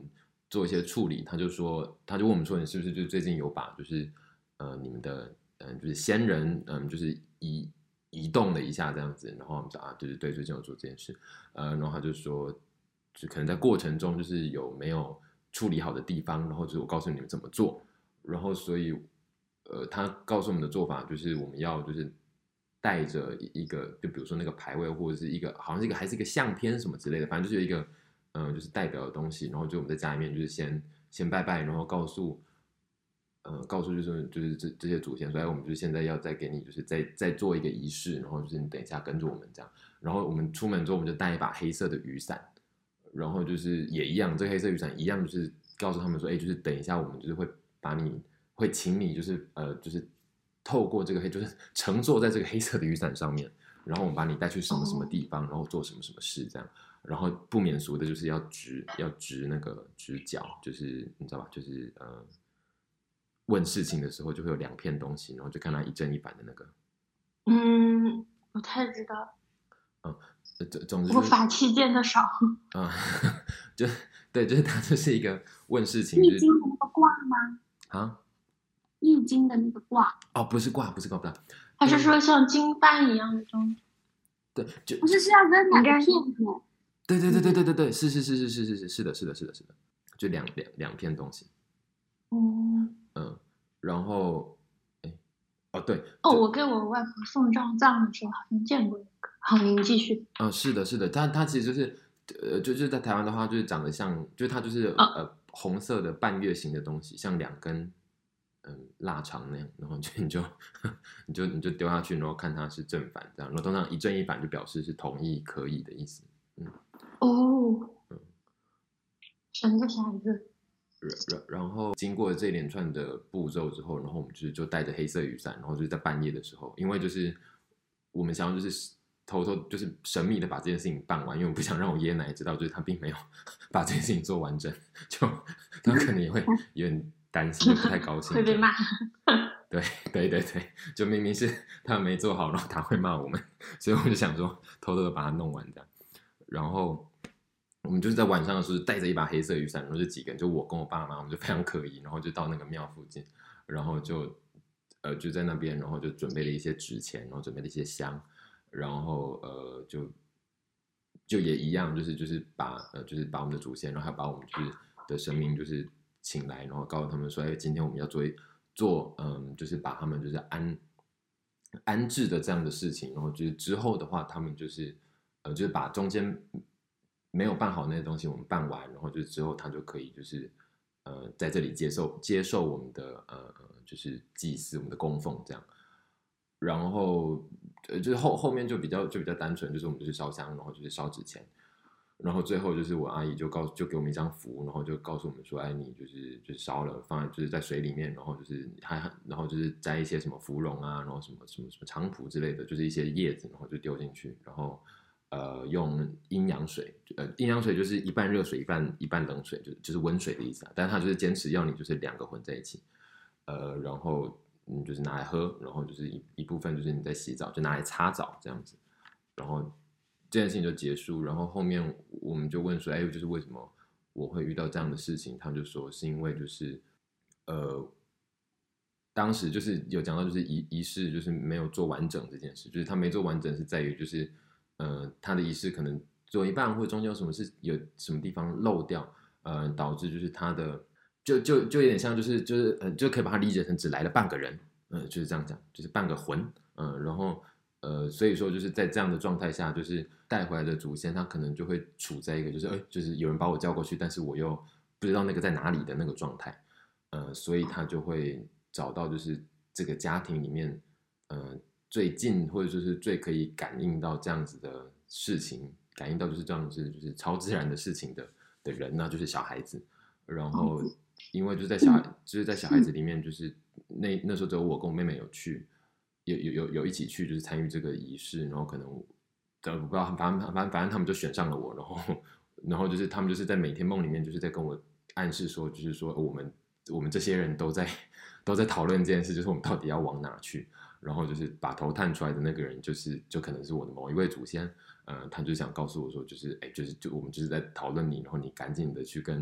做一些处理，他就说，他就问我们说，你是不是就最近有把就是呃你们的嗯、呃、就是先人嗯就是移移动了一下这样子，然后我们说啊，就是对，最近有做这件事，呃，然后他就说，就可能在过程中就是有没有处理好的地方，然后就是我告诉你们怎么做，然后所以呃他告诉我们的做法就是我们要就是带着一个，就比如说那个牌位或者是一个好像是一个还是一个相片什么之类的，反正就是有一个嗯、呃就是代表的东西，然后就我们在家里面就是先先拜拜，然后告诉。呃，告诉就是就是这这些祖先，所以我们就现在要再给你就是再再做一个仪式，然后就是你等一下跟着我们这样，然后我们出门之后我们就带一把黑色的雨伞，然后就是也一样，这个黑色雨伞一样就是告诉他们说，哎，就是等一下我们就是会把你会请你就是呃就是透过这个黑就是乘坐在这个黑色的雨伞上面，然后我们把你带去什么什么地方，然后做什么什么事这样，然后不免俗的就是要直要直那个直角，就是你知道吧，就是呃。问事情的时候就会有两片东西，然后就看他一正一反的那个。 嗯，不太知道。 嗯，总总之、 就是、我法器见的少。 啊、嗯，就对，就是他就是一个问事情。 易经的那个卦吗？ 啊？ 易经的那个卦？ 哦，不是卦，不是卦，不是。 还是说像经幡一样的东西？ 对，就不是是要跟两个片片。 对对对对对对对，是是是是是是是是的是的是的是的，就两两两片东西。 嗯。 嗯，然后，哎，哦对， 哦，我给我外婆送葬葬的时候好像见过一个。好，您继续。 嗯、呃，是的，是的，它它其实就是，呃，就就是在台湾的话，就是长得像，就是它就是、哦、呃红色的半月形的东西，像两根嗯腊肠那样，然后就你就你就你就丢下去，然后看它是正反这样，然后通常一正一反就表示是同意可以的意思。嗯。 哦。嗯。神的孩子。 然然后经过这一连串的步骤之后，然后我们就是就带着黑色雨伞，然后就是在半夜的时候，因为就是我们想要就是偷偷就是神秘的把这件事情办完，因为我不想让我爷爷奶奶知道，就是他并没有把这件事情做完整，就他可能也会有点担心，就不太高兴， 会被骂。 对对对对，就明明是他没做好，然后他会骂我们，所以我就想说偷偷的把它弄完这样，然后。我们就是在晚上的时候带着一把黑色雨伞，然后就几个人，就我跟我爸妈，我们就非常可疑，然后就到那个庙附近，然后就呃就在那边，然后就准备了一些纸钱，然后准备了一些香，然后呃就就也一样，就是就是把呃就是把我们的祖先，然后还把我们就是的神明就是请来，然后告诉他们说，哎，今天我们要做做嗯就是把他们就是安安置的这样的事情，然后就是之后的话，他们就是呃就是把中间。没有办好那些东西，我们办完，然后就之后他就可以就是呃在这里接受接受我们的呃就是祭祀，我们的供奉这样。然后呃就是后后面就比较就比较单纯，就是我们就是烧香，然后就是烧纸钱，然后最后就是我阿姨就告就给我们一张符，然后就告诉我们说，哎，你就是就是烧了，放在就是在水里面，然后就是还然后就是摘一些什么芙蓉啊，然后什么什么什么菖蒲之类的，就是一些叶子，然后就丢进去，然后。呃，用阴阳水，呃，阴阳水就是一半热水，一半一半冷水，就就是温水的意思啊。但是他就是坚持要你就是两个混在一起，呃，然后你就是拿来喝，然后就是一一部分就是你在洗澡，就拿来擦澡这样子。然后这件事情就结束。然后后面我们就问说，哎，就是为什么我会遇到这样的事情？他们就说是因为就是呃，当时就是有讲到就是仪仪式就是没有做完整这件事，就是他没做完整是在于就是。呃，他的仪式可能做一半，或者中间有什么事，有什么地方漏掉，呃，导致就是他的，就就就有点像，就是就是呃，就可以把它理解成只来了半个人，呃，就是这样讲，就是半个魂，嗯、呃，然后呃，所以说就是在这样的状态下，就是带回来的祖先，他可能就会处在一个就是，哎，就是有人把我叫过去，但是我又不知道那个在哪里的那个状态，呃，所以他就会找到就是这个家庭里面，呃。最近或者就是最可以感应到这样子的事情，感应到就是这样子就是超自然的事情的的人呢，就是小孩子。然后因为就是在小孩就是在小孩子里面，就是那那时候只有我跟我妹妹有去，有有有有一起去就是参与这个仪式，然后可能呃不知道反正反正反正他们就选上了我，然后然后就是他们就是在每天梦里面就是在跟我暗示说，就是说我们我们这些人都在都在讨论这件事，就是我们到底要往哪去。然后就是把头探出来的那个人，就是就可能是我的某一位祖先，呃，他就想告诉我说，就是哎，就是就我们就是在讨论你，然后你赶紧的去跟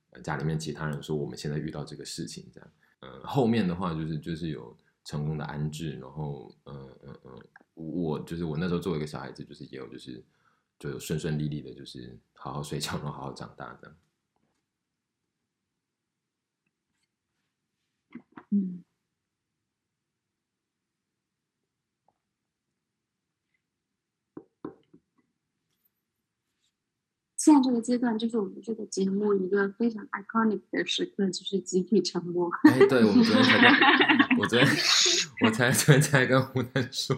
呃家里面其他人说我们现在遇到这个事情这样。呃，后面的话就是就是有成功的安置，然后呃呃呃，我就是我那时候作为一个小孩子，就是也有就是就有顺顺利利的，就是好好睡觉，然后好好长大这样。 嗯。现在这个阶段，就是我们这个节目一个非常 iconic 的时刻，就是集体沉默。 哎，对，我们昨天才跟，我昨天我才昨天才跟胡楠说。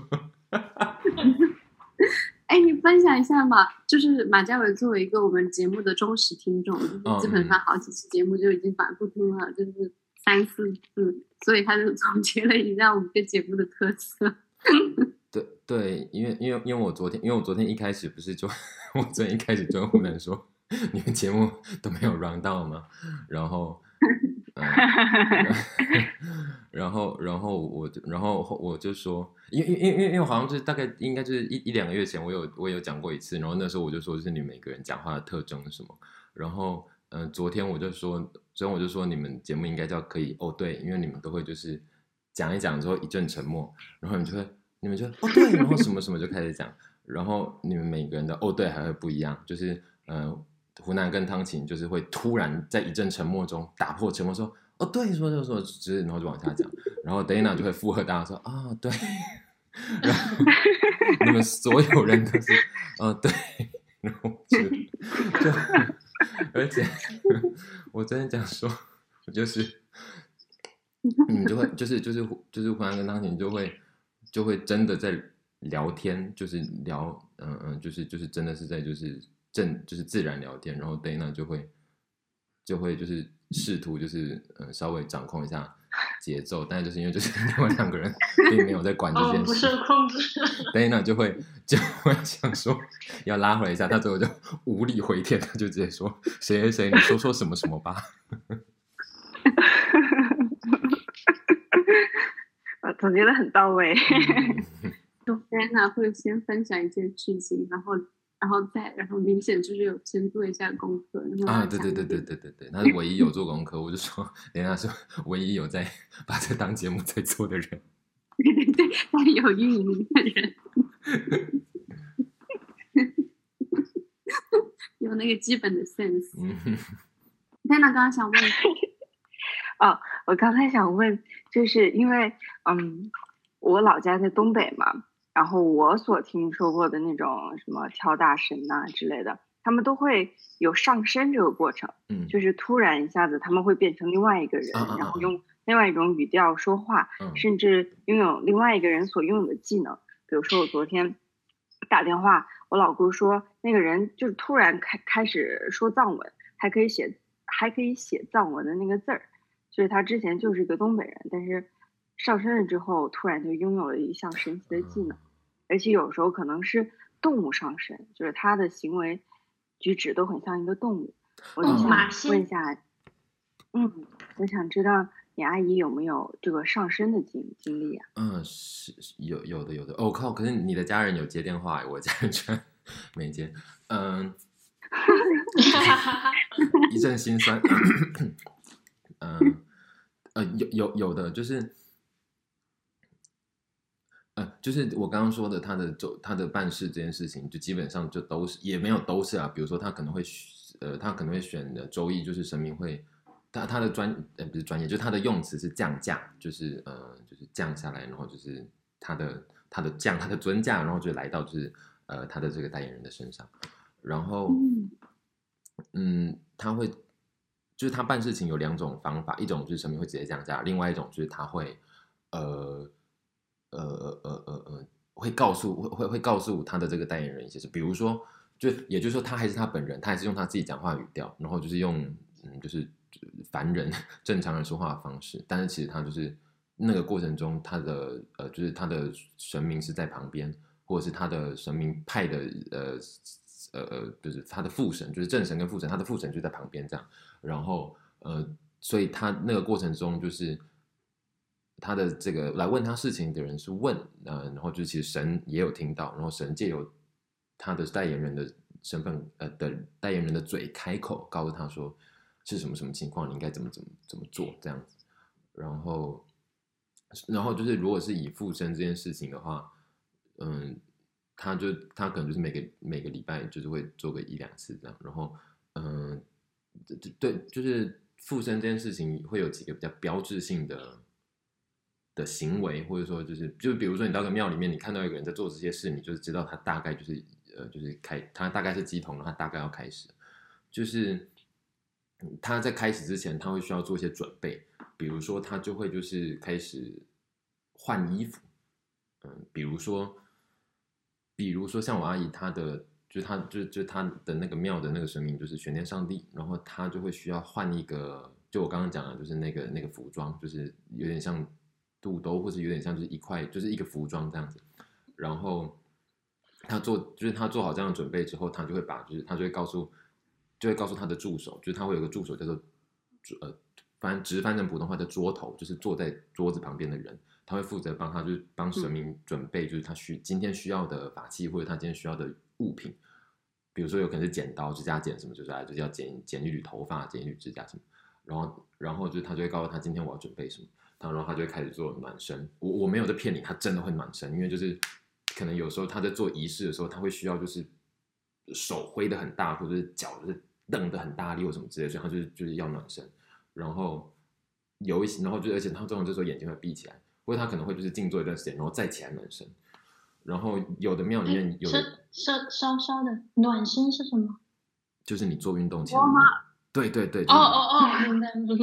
哎，你分享一下嘛？就是马家伟作为一个我们节目的忠实听众，就是基本上好几期节目就已经反复听了，就是三四次，所以他就总结了一下我们这节目的特色。 对对，因为因为因为我昨天因为我昨天一开始不是就我昨天一开始就跟胡楠说，你们节目都没有 round down 吗？然后，嗯，然后然后我就然后我就说，因为因为因为因为好像就是大概应该就是一一两个月前，我有我有讲过一次，然后那时候我就说，就是你们每个人讲话的特征是什么，然后嗯、呃，昨天我就说，昨天我就说你们节目应该叫可以哦，对，因为你们都会就是讲一讲之后一阵沉默，然后你们就会。你们就哦对，然后什么什么就开始讲，然后你们每个人的哦对还会不一样，就是呃湖南跟汤琴就是会突然在一阵沉默中打破沉默说哦对说说说，只是然后就往下讲，然后 Dana 就会附和大家说啊、哦、对，然后你们所有人都是哦对，然后就就而且我昨天讲说，我就是你就会就是就是就是湖南跟汤琴就会。就会真的在聊天，就是聊，嗯嗯，就是就是真的是在就是正就是自然聊天，然后 Dana 就会就会就是试图就是呃稍微掌控一下节奏，但就是因为就是另外两个人并没有在管这件事， 哦，不受控制 ，Dana 就会就会想说要拉回来一下，他最后就无力回天，他就直接说谁谁谁，你说说什么什么吧。 总结的很到位。 就 Dana 会先分享一件事情，然后，然后再，然后明显就是有先做一下功课。 啊，对对对对对对对，他是唯一有做功课。我就说，Dana 是唯一有在把这当节目在做的人。 对对对，他有运营的人，有那个基本的 sense。 嗯 Dana 刚刚想问。 哦，我刚才想问，就是因为嗯，我老家在东北嘛，然后我所听说过的那种什么跳大神呐、啊、之类的，他们都会有上身这个过程， 嗯， 就是突然一下子他们会变成另外一个人， 啊啊啊然后用另外一种语调说话， 嗯、 甚至拥有另外一个人所拥有的技能。比如说我昨天打电话，我老姑说那个人就是突然开开始说藏文，还可以写还可以写藏文的那个字儿。就是他之前就是一个东北人，但是上身了之后，突然就拥有了一项神奇的技能，而且有时候可能是动物上身，就是他的行为举止都很像一个动物。我就想问一下，嗯，我想知道你阿姨有没有这个上身的经经历啊？ 嗯，是有有的有的。哦靠！可是你的家人有接电话，我家人居然没接，嗯，一阵心酸。嗯，呃，有有有的就是，呃，就是我刚刚说的，他的就他的办事这件事情，就基本上就都是也没有都是啊。比如说他可能会，呃，他可能会选的周易，就是神明会，他他的专呃不是专业，就是他的用词是降价，就是呃就是降下来，然后就是他的他的降他的尊价，然后就来到就是呃他的这个代言人的身上，然后嗯他会。就是他办事情有两种方法，一种就是神明会直接降价，另外一种就是他会，呃，呃呃呃呃呃，会告诉会会会告诉他的这个代言人一些事，比如说，就也就是说他还是他本人，他还是用他自己讲话语调，然后就是用嗯就是凡人正常人说话的方式，但是其实他就是那个过程中他的呃就是他的神明是在旁边，或者是他的神明派的呃。呃呃，就是他的父神，就是正神跟父神，他的父神就在旁边这样，然后呃，所以他那个过程中，就是他的这个来问他事情的人是问，呃，然后就是其实神也有听到，然后神借由他的代言人的身份，呃的代言人的嘴开口，告诉他说是什么什么情况，你应该怎么怎么怎么做这样子。然后，然后就是如果是以附身这件事情的话，嗯，他就他可能就是每个每个礼拜就是会做个一两次这样。然后，嗯，对，就是附身这件事情会有几个比较标志性的。的行为，或者说就是就比如说你到个庙里面，你看到一个人在做这些事，你就是知道他大概就是呃就是开他大概是乩童了，他大概要开始，就是他在开始之前，他会需要做一些准备，比如说他就会就是开始换衣服，嗯，比如说比如说像我阿姨她的。就是他，就就他的那个庙的那个神明就是玄天上帝，然后他就会需要换一个，就我刚刚讲的，就是那个那个服装，就是有点像肚兜，或者有点像就是一块，就是一个服装这样子。然后他做，就是他做好这样的准备之后，他就会把，就是他就会告诉，就会告诉他的助手，就是他会有个助手叫做，呃，翻直翻成普通话叫桌头，就是坐在桌子旁边的人。他会负责帮他，就是帮神明准备，就是他需今天需要的法器，或者他今天需要的物品，比如说有可能是剪刀、指甲剪什么，就是就是要剪剪一缕头发、剪一缕指甲什么，然后然后就是他就会告诉他今天我要准备什么，然后他就会开始做暖身。我我没有在骗你，他真的会暖身，因为就是可能有时候他在做仪式的时候，他会需要就是手挥的很大，或者是脚就是蹬的很大力或什么之类的，所以他就是就是要暖身。然后有一些，然后就而且他这种这时候眼睛会闭起来。或者他可能会就是静坐一段时间，然后再起来暖身。然后有的庙里面有的稍稍稍的暖身是什么？ 就是你做运动前的对对对。 哦哦哦，明白明白。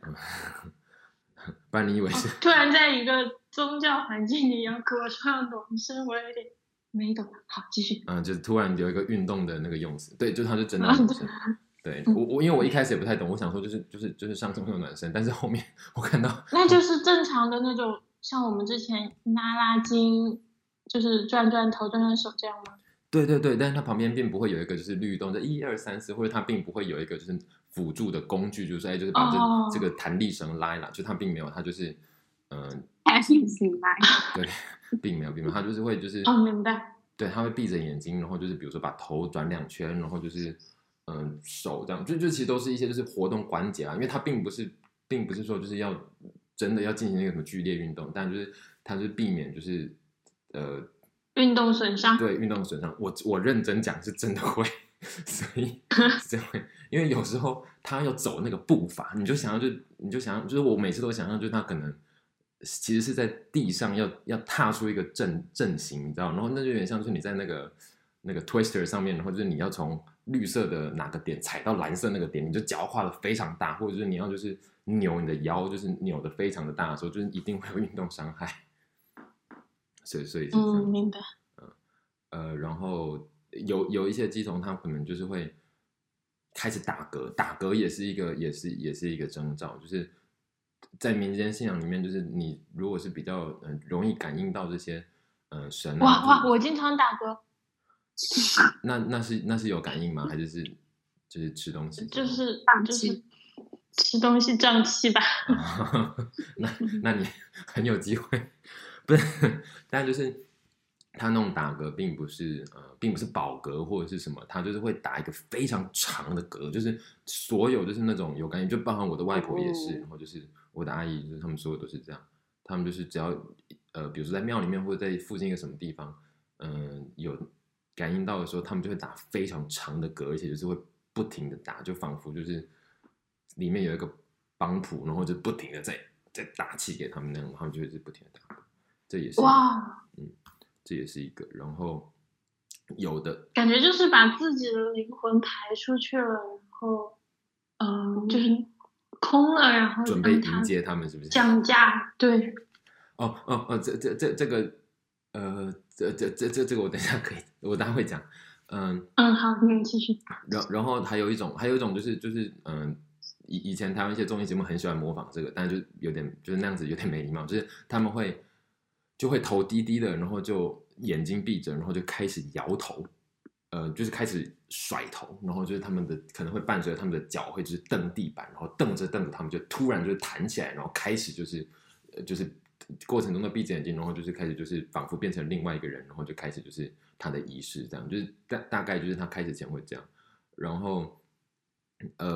不然你以为是？ 哦、突然在一个宗教环境里要跟我说要暖身，我有点没懂。好，继续。 嗯，就是突然有一个运动的那个用词，对，就他就真的暖身。对我我因为我一开始也不太懂，我想说就是就是就是上身会有暖身，但是后面我看到那就是正常的那种。像我们之前拉拉筋，就是转转头、转转手这样吗？ 对对对，但是它旁边并不会有一个就是律动的一二三四，或者它并不会有一个就是辅助的工具，就是哎，就是把这、哦、这个弹力绳拉了，就它并没有，它就是嗯， 弹力绳拉， 对，并没有，并没有，它就是会就是哦，明白， 对，它会闭着眼睛，然后就是比如说把头转两圈，然后就是嗯手这样，就就其实都是一些就是活动关节啊，因为它并不是并不是说就是要。真的要进行那个什么剧烈运动，但就是它就是避免就是呃运动损伤。 对，运动损伤，我我认真讲是真的会，所以是真会，因为有时候他要走那个步伐，你就想要就你就想要，就是我每次都想象，就是他可能其实是在地上要要踏出一个阵阵型，你知道，然后那就有点像是你在那个那个 Twister 上面，然后就是你要从绿色的哪个点踩到蓝色那个点，你就脚画的非常大，或者就是你要就是扭你的腰，就是扭的非常的大的时候，就是一定会有运动伤害。所以所以是这样， 嗯，明白。 嗯呃，然后有有一些乩童，他可能就是会开始打嗝，打嗝也是一个也是也是一个征兆，就是在民间信仰里面，就是你如果是比较嗯、呃、容易感应到这些呃神、啊， 哇哇，我经常打嗝。 那那是那是有感应吗？还是是就是吃东西？ 就是就是吃东西胀气吧。 那那你很有机会，不是？但就是他那种打嗝，并不是呃，并不是饱嗝或者是什么，他就是会打一个非常长的嗝，就是所有就是那种有感应，就包含我的外婆也是，然后就是我的阿姨，就是他们所有都是这样，他们就是只要呃，比如说在庙里面或者在附近一个什么地方，嗯、呃，有。感应到的时候，他们就会打非常长的嗝，而且就是会不停的打，就仿佛就是里面有一个帮谱，然后就不停的在在打气给他们那样，他们就会是不停的打嗝，这也是哇， 嗯，这也是一个。然后有的感觉就是把自己的灵魂排出去了，然后嗯、呃，就是空了，然后准备迎接他们，是不是降价？对， 哦哦哦，这这这这个呃。这这这这这个我等一下可以，我待会会讲，嗯嗯，好，你继续。 然然后还有一种，还有一种就是就是嗯，以以前台湾一些综艺节目很喜欢模仿这个，但是就有点就是那样子有点没礼貌，就是他们会就会头低低的，然后就眼睛闭着，然后就开始摇头，呃，就是开始甩头，然后就是他们的可能会伴随着他们的脚会就是蹬地板，然后蹬着蹬着他们就突然就是弹起来，然后开始就是呃就是。过程中的闭着眼睛，然后就是开始就是仿佛变成另外一个人，然后就开始就是他的仪式这样，就是大大概就是他开始前会这样，然后呃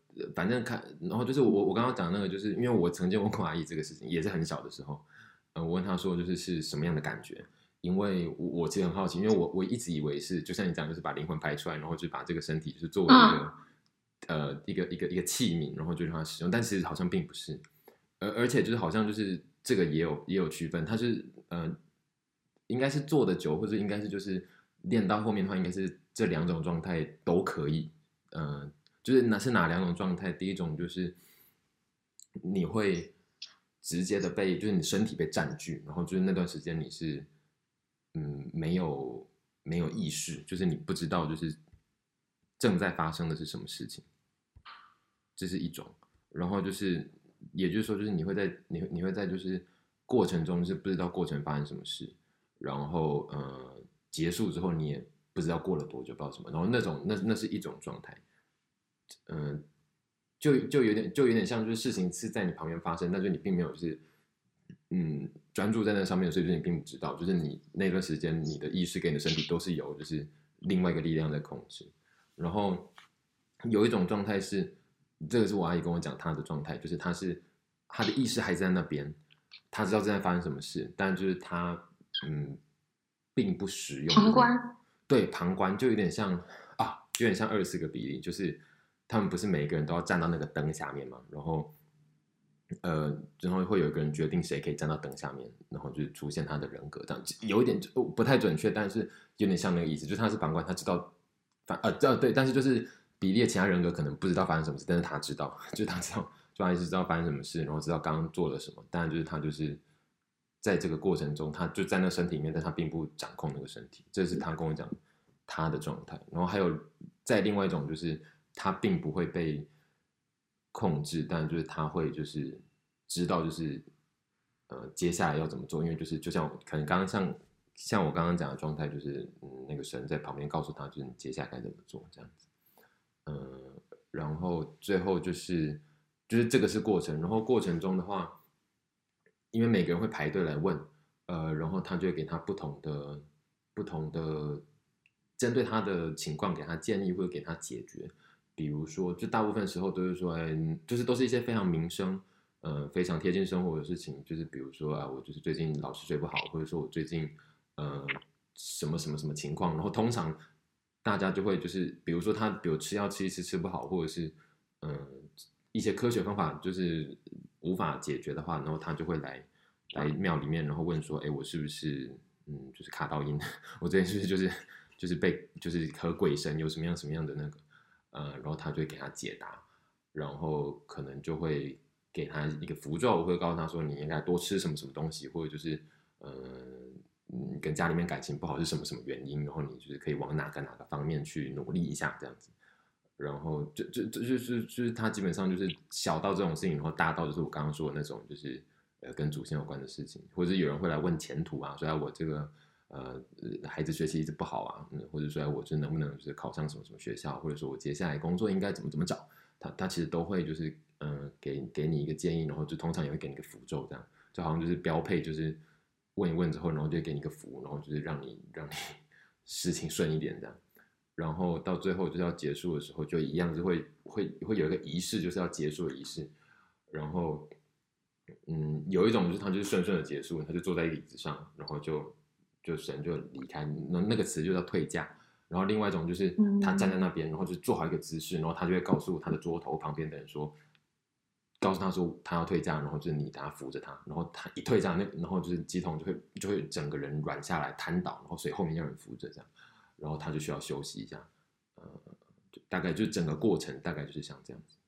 反正看，然后就是我我刚刚讲的那个，就是因为我曾经问过阿姨这个事情，也是很小的时候，呃，我问她说就是是什么样的感觉，因为我我其实很好奇，因为我我一直以为是就像你讲，就是把灵魂拍出来，然后就把这个身体就是作为一个、嗯、呃一个一个一个器皿，然后就让它使用，但其实好像并不是，而而且就是好像就是这个也有也有区分，它是呃应该是做的久，或者应该是就是练到后面的话，应该是这两种状态都可以，呃。就是哪是哪两种状态？第一种就是你会直接的被，就是你身体被占据，然后就是那段时间你是嗯没有没有意识，就是你不知道就是正在发生的是什么事情，这是一种。然后就是也就是说，就是你会在你你会在就是过程中是不知道过程发生什么事，然后呃结束之后你也不知道过了多久，不知道什么，然后那种那那是一种状态。嗯、呃，就就有点就有点像，就是事情是在你旁边发生，但是你并没有就是嗯专注在那上面，所以就是你并不知道，就是你那段时间你的意识跟你的身体都是由就是另外一个力量在控制。然后有一种状态是，这个是我阿姨跟我讲她的状态，就是她是她的意识还在那边，她知道正在发生什么事，但就是她嗯并不实用。 旁观， 对，旁观就有点像啊，有点像二十四个比例，就是他们不是每一个人都要站到那个灯下面嘛，然后呃，然后会有一个人决定谁可以站到灯下面，然后就是出现他的人格，这样有一点不太准确，但是有点像那个意思，就是他是旁观，他知道反呃呃对，但是就是比例的其他人格可能不知道发生什么事，但是他知道，就是他知道，就他一直知道发生什么事，然后知道刚刚做了什么，当然就是他就是在这个过程中，他就在那个身体里面，但他并不掌控那个身体，这是他跟我讲他的状态。然后还有再另外一种就是他并不会被控制，但就是他会就是知道就是呃接下来要怎么做，因为就是就像可能刚刚像像我刚刚讲的状态，就是嗯那个神在旁边告诉他，就是你接下来该怎么做这样子，嗯、呃，然后最后就是就是这个是过程，然后过程中的话，因为每个人会排队来问，呃，然后他就会给他不同的不同的针对他的情况给他建议或者给他解决。比如说，就大部分时候都是说，哎，就是都是一些非常民生，呃，非常贴近生活的事情。就是比如说啊，我就是最近老是睡不好，或者说我最近呃什么什么什么情况。然后通常大家就会就是，比如说他比如吃药吃一吃吃不好，或者是嗯、呃、一些科学方法就是无法解决的话，然后他就会来来庙里面，然后问说，哎，我是不是嗯就是卡到阴？我最近是不是就是就是被就是和鬼神有什么样什么样的那个？呃，然后他就会给他解答，然后可能就会给他一个符咒，会告诉他说你应该多吃什么什么东西，或者就是呃，你跟家里面感情不好是什么什么原因，然后你就是可以往哪个哪个方面去努力一下这样子。然后就就就就是就是他基本上就是小到这种事情，然后大到就是我刚刚说的那种，就是呃跟祖先有关的事情，或者是有人会来问前途啊，说啊我这个。呃，孩子学习一直不好啊，嗯、或者说我就能不能就是考上什么什么学校，或者说我接下来工作应该怎么怎么找，他他其实都会就是嗯、呃、给给你一个建议，然后就通常也会给你一个符咒，这样就好像就是标配，就是问一问之后，然后就给你一个符，然后就是让你让你事情顺一点这样，然后到最后就是要结束的时候，就一样是会会会有一个仪式，就是要结束的仪式，然后嗯有一种就是他就是顺顺的结束，他就坐在椅子上，然后就。就神就离开，那那个词就叫退驾。然后另外一种就是他站在那边，然后就做好一个姿势，然后他就会告诉他的桌头旁边的人说，告诉他说他要退驾，然后就是你等他扶着他，然后他一退驾，那然后就是乩童就会就会整个人软下来瘫倒，然后所以后面要人扶着这样，然后他就需要休息一下，呃，就大概就是整个过程大概就是像这样子。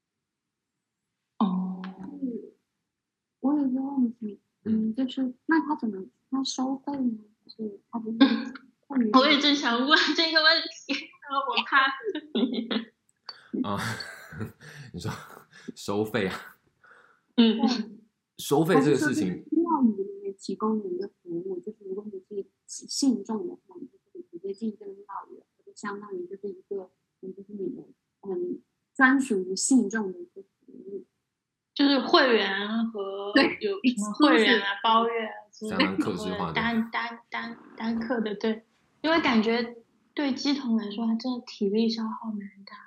哦， 我有一个问题，嗯，就是那他怎么？他收费吗？是他不是？ 我也正想问这个问题，我怕你。 啊，你说收费啊？ 嗯， 收费这个事情， 庙里面提供你一个服务，就是如果你是信众的话，你就可以直接进这个庙里，就相当于就是一个，嗯，就是你们嗯专属于信众的一个服务。 就是会员和有什么会员啊、包月啊之类的，单单单单课的，对，因为感觉对乩童来说，他真的体力消耗蛮大。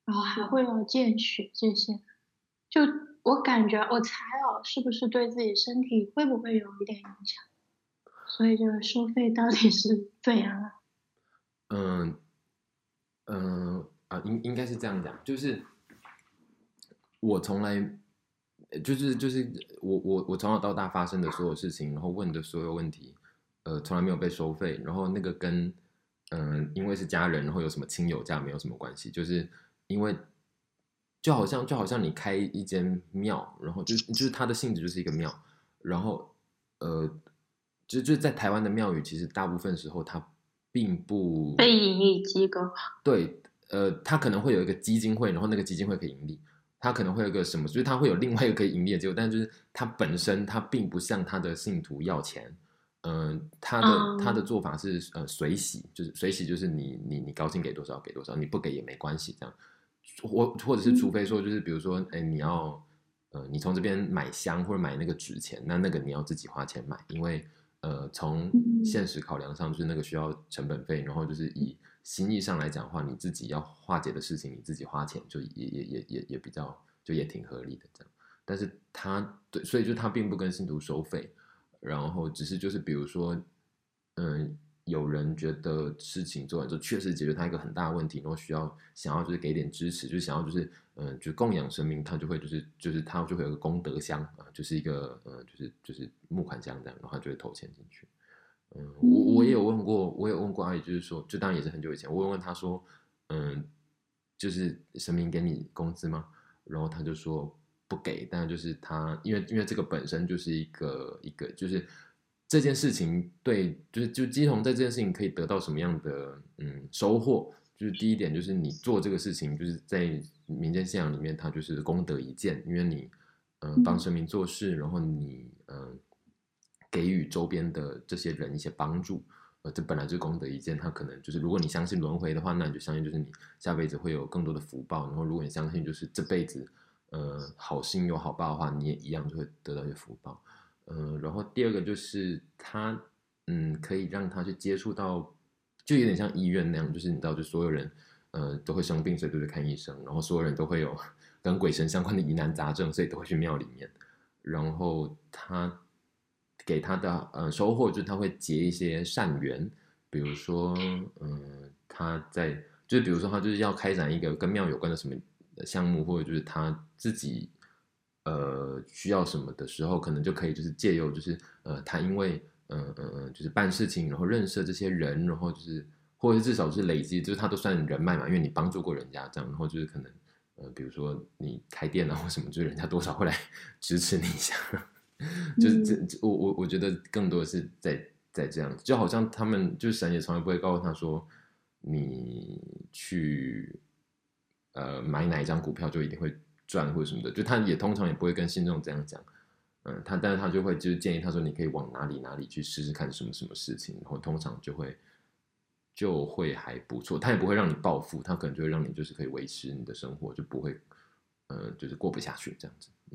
然后还会要见血这些，就我感觉我猜哦，是不是对自己身体会不会有一点影响？所以这个收费到底是怎样啊？ 嗯嗯啊，应应该是这样讲，就是我从来就是就是我我我从小到大发生的所有事情，然后问的所有问题，呃，从来没有被收费。然后那个跟嗯、呃，因为是家人，然后有什么亲友价没有什么关系，就是因为就好像就好像你开一间庙，然后就就是它的性质就是一个庙，然后呃，就就在台湾的庙宇，其实大部分时候它并不非盈利机构。 对，呃，它可能会有一个基金会，然后那个基金会可以盈利。它可能会有一个什么，就是它会有另外一个可以盈利的机构，但就是它本身它并不向它的信徒要钱，嗯、呃，它的、嗯、它的做法是呃随喜，就是随喜就是你你你高兴给多少给多少，你不给也没关系这样，或或者是除非说就是比如说哎你要呃你从这边买香或者买那个纸钱，那那个你要自己花钱买，因为呃从现实考量上就是那个需要成本费，然后就是以心意上来讲的话，你自己要化解的事情，你自己花钱就也也也也也比较就也挺合理的这样。但是他对，所以就他并不跟信徒收费，然后只是就是比如说，嗯，有人觉得事情做完之后确实解决他一个很大的问题，然后需要想要就是给点支持，就是想要就是嗯，就供养神明，他就会就是就是他就会有个功德箱啊，就是一个呃就是就是募款箱这样，然后他就会投钱进去。嗯，我我也有问过，我有问过阿姨，就是说，就当然也是很久以前，我问问她说，嗯，就是神明给你工资吗？然后她就说不给，但就是她因为因为这个本身就是一个一个就是这件事情对，就是就基同在这件事情可以得到什么样的嗯收获？就是第一点就是你做这个事情，就是在民间信仰里面，它就是功德一件，因为你嗯、呃、帮神明做事，然后你嗯。呃给予周边的这些人一些帮助，呃，这本来就是功德一件。他可能就是，如果你相信轮回的话，那你就相信就是你下辈子会有更多的福报。然后，如果你相信就是这辈子，呃，好心有好报的话，你也一样就会得到一些福报。呃，然后第二个就是他，嗯，可以让他去接触到，就有点像医院那样，就是你知道，就所有人，呃，都会生病，所以都去看医生，然后所有人都会有跟鬼神相关的疑难杂症，所以都会去庙里面。然后他。给他的呃收获就是他会结一些善缘，比如说嗯、呃、他在就是比如说他就是要开展一个跟庙有关的什么项目，或者就是他自己呃需要什么的时候，可能就可以就是借由就是呃他因为嗯嗯嗯就是办事情，然后认识了这些人，然后就是或者是至少是累积，就是他都算人脉嘛，因为你帮助过人家这样，然后就是可能呃比如说你开店啊或什么，就是人家多少会来支持你一下。就是这，我我我觉得更多的是在在这样，就好像他们就是神也从来不会告诉他说，你去呃买哪一张股票就一定会赚或者什么的，就他也通常也不会跟信众这样讲，嗯，他但是他就会就是建议他说你可以往哪里哪里去试试看什么什么事情，然后通常就会就会还不错，他也不会让你暴富，他可能就会让你就是可以维持你的生活，就不会呃就是过不下去这样子，嗯。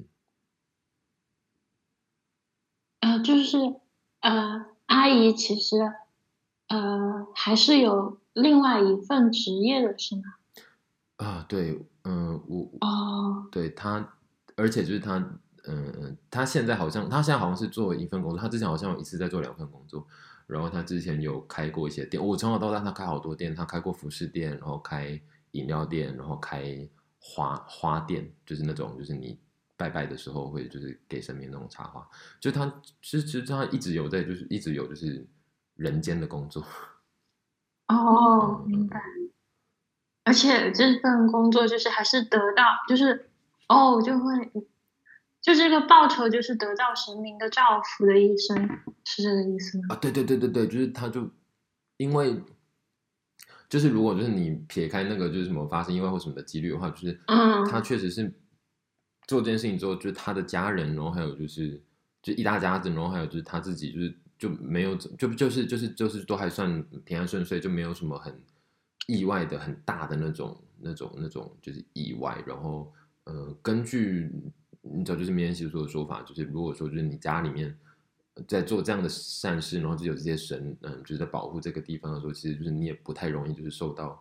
呃，就是呃，阿姨其实呃还是有另外一份职业的，是吗？ 啊，对，嗯、呃，我哦， 对他，而且就是他，嗯、呃，他现在好像，他现在好像是做一份工作，他之前好像有一次在做两份工作，然后他之前有开过一些店，我从小到大他开好多店，他开过服饰店，然后开饮料店，然后开花花店，就是那种就是你。拜拜的时候会就是给神明那种插花，就他其实其实他一直有在就是一直有就是人间的工作。 哦，明白。而且这份工作就是还是得到就是哦就会就这个报酬就是得到神明的照拂的一生，是这个意思吗？ 啊，对对对对对，就是他就因为。就是如果就是你撇开那个就是什么发生意外或什么的几率的话，就是他确实是做这件事情之后，就是他的家人，然后还有就是就一大家子，然后还有就是他自己，就是就没有就就是就是就是都还算平安顺遂，就没有什么很意外的很大的那种那种那种就是意外。然后呃，根据你知道就是民间习俗的说法，就是如果说就是你家里面。在做这样的善事，然后就有这些神，嗯，就是在保护这个地方的时候，其实就是你也不太容易就是受到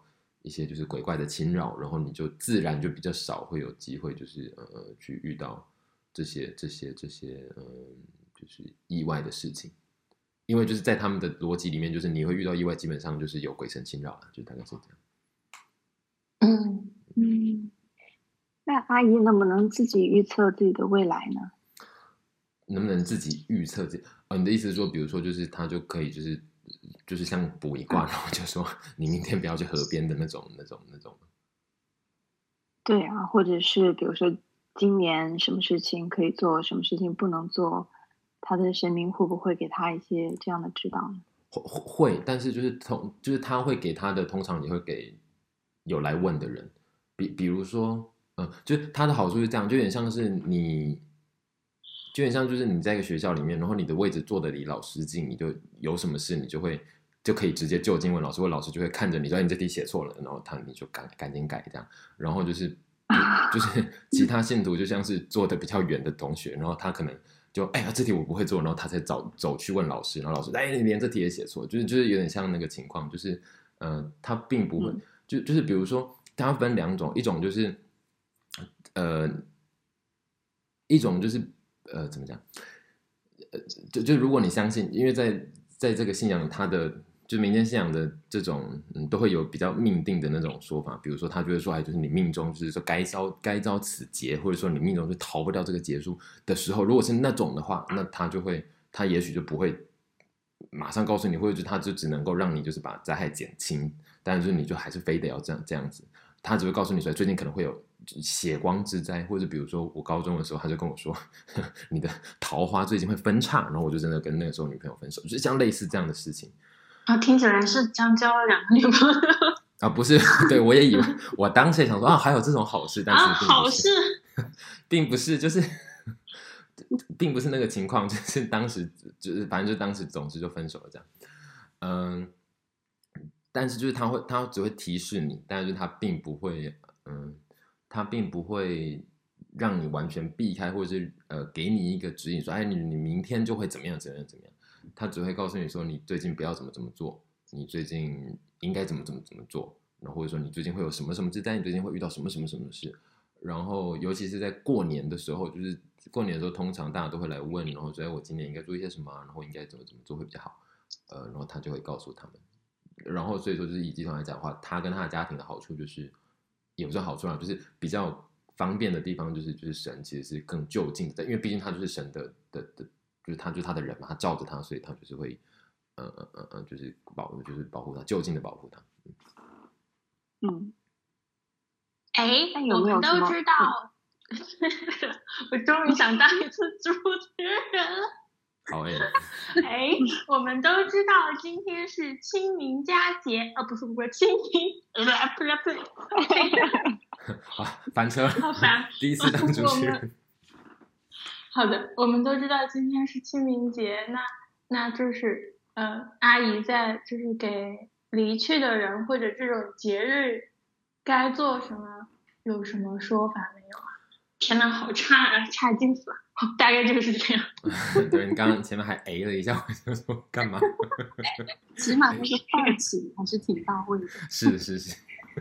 一些就是鬼怪的侵扰，然后你就自然就比较少会有机会就是呃去遇到这些这些这些嗯、呃、就是意外的事情，因为就是在他们的逻辑里面，就是你会遇到意外，基本上就是有鬼神侵扰了，就大概是这样。 嗯嗯，那阿姨能不能自己预测自己的未来呢？ 能不能自己预测自己？哦，你的意思是说，比如说，就是他就可以，就是就是像卜一卦，然后就说你明天不要去河边的那种、那种、那种。 对啊，或者是比如说今年什么事情可以做，什么事情不能做，他的神明会不会给他一些这样的指导呢？ 会会，但是就是通，就是他会给他的，通常也会给有来问的人，比比如说，嗯、呃，就是他的好处是这样，就有点像是你。就有点像，就是你在一个学校里面，然后你的位置坐的离老师近，你就有什么事，你就会就可以直接就近问老师，问老师就会看着你说你这题写错了，然后他你就赶赶紧改这样。然后就是就就是其他信徒就像是坐的比较远的同学，然后他可能就哎呀这题我不会做，然后他才走走去问老师，然后老师哎你连这题也写错，就是就是有点像那个情况，就是呃他并不会、嗯、就就是比如说它分两种，一种就是呃一种就是。呃，怎么讲？呃，就就如果你相信，因为在在这个信仰，它的就民间信仰的这种，嗯，都会有比较命定的那种说法。比如说，他就会说，哎，就是你命中就是说该遭该遭此劫，或者说你命中就逃不掉这个劫数的时候，如果是那种的话，那他就会，他也许就不会马上告诉你，或者就他就只能够让你就是把灾害减轻，但是你就还是非得要这样这样子，他只会告诉你说，最近可能会有。血光之灾，或者比如说我高中的时候，他就跟我说，呵呵你的桃花最近会分叉，然后我就真的跟那个时候女朋友分手，就是像类似这样的事情。 啊，听起来是将交了两个女朋友啊，不是，对我也以为，我当时也想说啊，还有这种好事，但是啊，好事， 并不是，就是并不是那个情况，就是当时就是反正就当时总之就分手了这样，嗯，但是就是他会，他只会提示你，但是他并不会，嗯。他并不会让你完全避开，或者是呃给你一个指引说，哎，你你明天就会怎么样怎么样怎么样。他只会告诉你说，你最近不要怎么怎么做，你最近应该怎么怎么怎么做，然后或者说你最近会有什么什么之灾，你最近会遇到什么什么什么事。然后尤其是在过年的时候，就是过年的时候，通常大家都会来问，然后说，哎，我今年应该做一些什么，然后应该怎么怎么做会比较好。呃，然后他就会告诉他们。然后所以说，就是以集团来讲的话，他跟他的家庭的好处就是。也不是好处啦，就是比较方便的地方，就是就是神其实是更就近的，因为毕竟他就是神的的的，就是他就是他的人嘛，他罩着他，所以他就是会，呃呃呃呃，就是保就是保护他，就近的保护他。 嗯， 哎，我们都知道，我终于想当一次主持人了。 好哎， 哎，我们都知道今天是清明佳节，啊，不是不是清明，呃，不是不是， 好，翻车， 好烦， 第一次当主持人。 好的，我们都知道今天是清明节，那那就是呃，阿姨在就是给离去的人或者这种节日该做什么，有什么说法没有啊？天哪，好差啊，差劲死了！大概就是这样。 对，你刚刚前面还哎了一下，我就说干嘛？ 起码那个放起还是挺到位的。 是是是。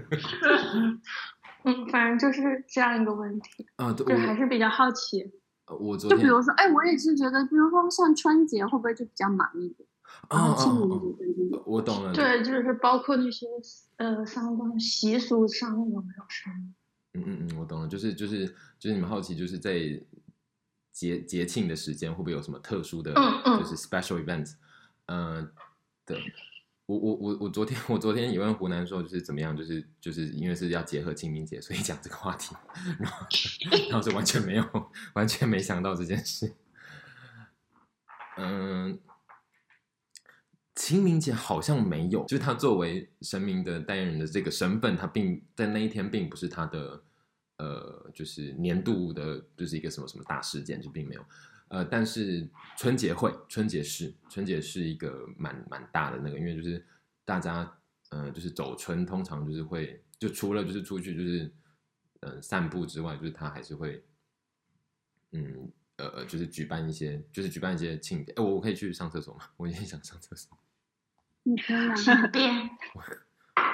嗯，反正就是这样一个问题啊，对， 就还是比较好奇。 我昨天就比如说，哎，我也是觉得，比如说像春节会不会就比较忙一点？然后清明节对对对， 我懂了。 对，就是包括那些呃相关习俗上有没有什么？ 嗯嗯嗯，我懂了，就是就是就是你们好奇，就是在节节庆的时间会不会有什么特殊的， 嗯嗯就是 special events？ 嗯、呃，对，我我我我昨天我昨天也问湖南说，就是怎么样，就是就是因为是要结合清明节，所以讲这个话题，然后然后是完全没有完全没想到这件事。嗯，清明节好像没有，就是他作为神明的代言人的这个身份，他并在那一天并不是他的呃，就是年度的，就是一个什么什么大事件，就并没有。呃，但是春节会，春节是春节是一个蛮蛮大的那个，因为就是大家呃，就是走春，通常就是会就除了就是出去就是呃散步之外，就是他还是会嗯。呃呃，就是举办一些，就是举办一些庆典。哎，我我可以去上厕所吗？我也想上厕所。 你可以啊， 随便。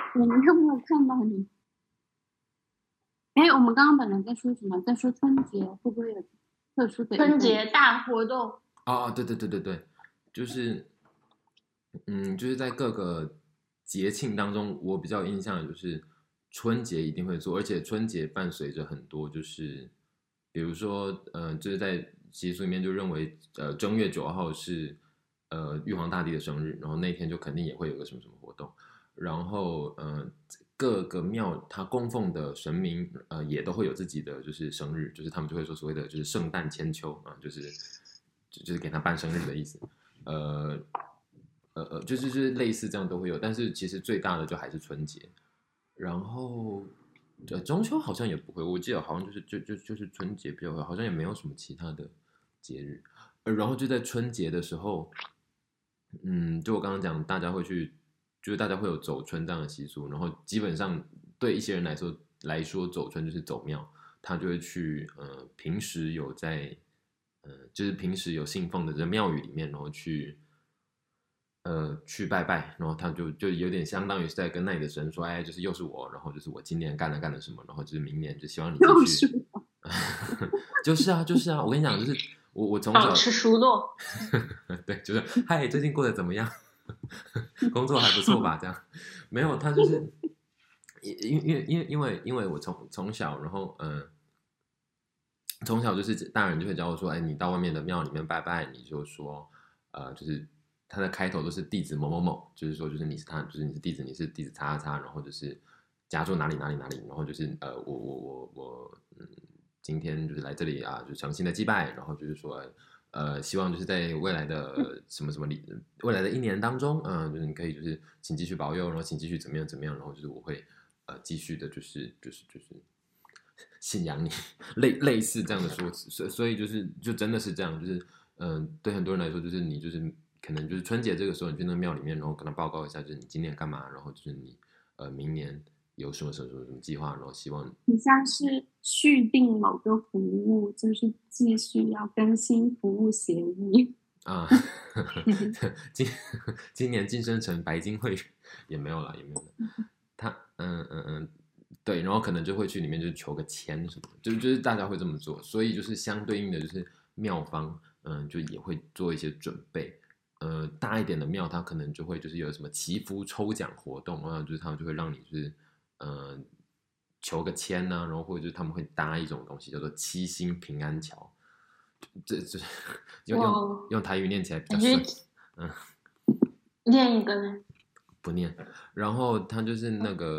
你有没有看到你？哎，我们刚刚本来在说什么？在说春节会不会有特殊的春节大活动？ 哦，对对对对对，就是，嗯，就是在各个节庆当中，我比较有印象的就是春节一定会做，而且春节伴随着很多就是，比如说，呃，就是在习俗里面就认为，呃，正月九号是呃玉皇大帝的生日，然后那天就肯定也会有个什么什么活动，然后，呃。各个庙它供奉的神明，呃，也都会有自己的就是生日，就是他们就会说所谓的就是圣诞千秋啊，就是就是给他办生日的意思，呃呃呃，就是就是类似这样都会有，但是其实最大的就还是春节，然后呃中秋好像也不会，我记得好像就是就就就是春节比较会，好像也没有什么其他的节日，呃，然后就在春节的时候，嗯，就我刚刚讲，大家会去。就是大家会有走春这样的习俗，然后基本上对一些人来说来说，走春就是走庙，他就会去呃平时有在呃就是平时有信奉的这庙宇里面，然后去呃去拜拜，然后他就就有点相当于是在跟那里的神说，哎，就是又是我，然后就是我今年干了干了什么，然后就是明年就希望你继续，就是啊就是啊，我跟你讲，就是我我从小保持熟络， 对，就是嗨，最近过得怎么样？工作还不错吧？这样没有，他就是因因因为因为因为我从从小，然后嗯、呃，从小就是大人就会教我说，哎，你到外面的庙里面拜拜，你就说呃，就是他的开头都是弟子某某某，就是说就是你是他，就是你是弟子，你是弟子叉叉叉，然后就是家住哪里哪里哪里，然后就是呃，我我我我嗯，今天就是来这里啊，就诚心的祭拜，然后就是说。呃，希望就是在未来的什么什么里，未来的一年当中，嗯、呃，就是你可以就是请继续保佑，然后请继续怎么样怎么样，然后就是我会呃继续的，就是就是就是信仰你，类类似这样的说辞，所以所以就是就真的是这样，就是嗯、呃，对很多人来说，就是你就是可能就是春节这个时候你去那个庙里面，然后跟他报告一下，就是你今年干嘛，然后就是你呃明年。有什么什么什么什么计划，然后希望你像是续订某个服务，就是继续要更新服务协议啊。今今年晋升成白金会员也没有了，也没有了。他嗯嗯嗯，对，然后可能就会去里面就求个签什么的，就就是大家会这么做，所以就是相对应的就是庙方嗯就也会做一些准备。呃，大一点的庙，它可能就会就是有什么祈福抽奖活动啊，就是他们就会让你就是。呃，求个签呐、啊，然后或者就是他们会搭一种东西叫做七星平安桥，这这用用用台语念起来比较顺，嗯， 念一个呢？ 不念，然后他就是那个，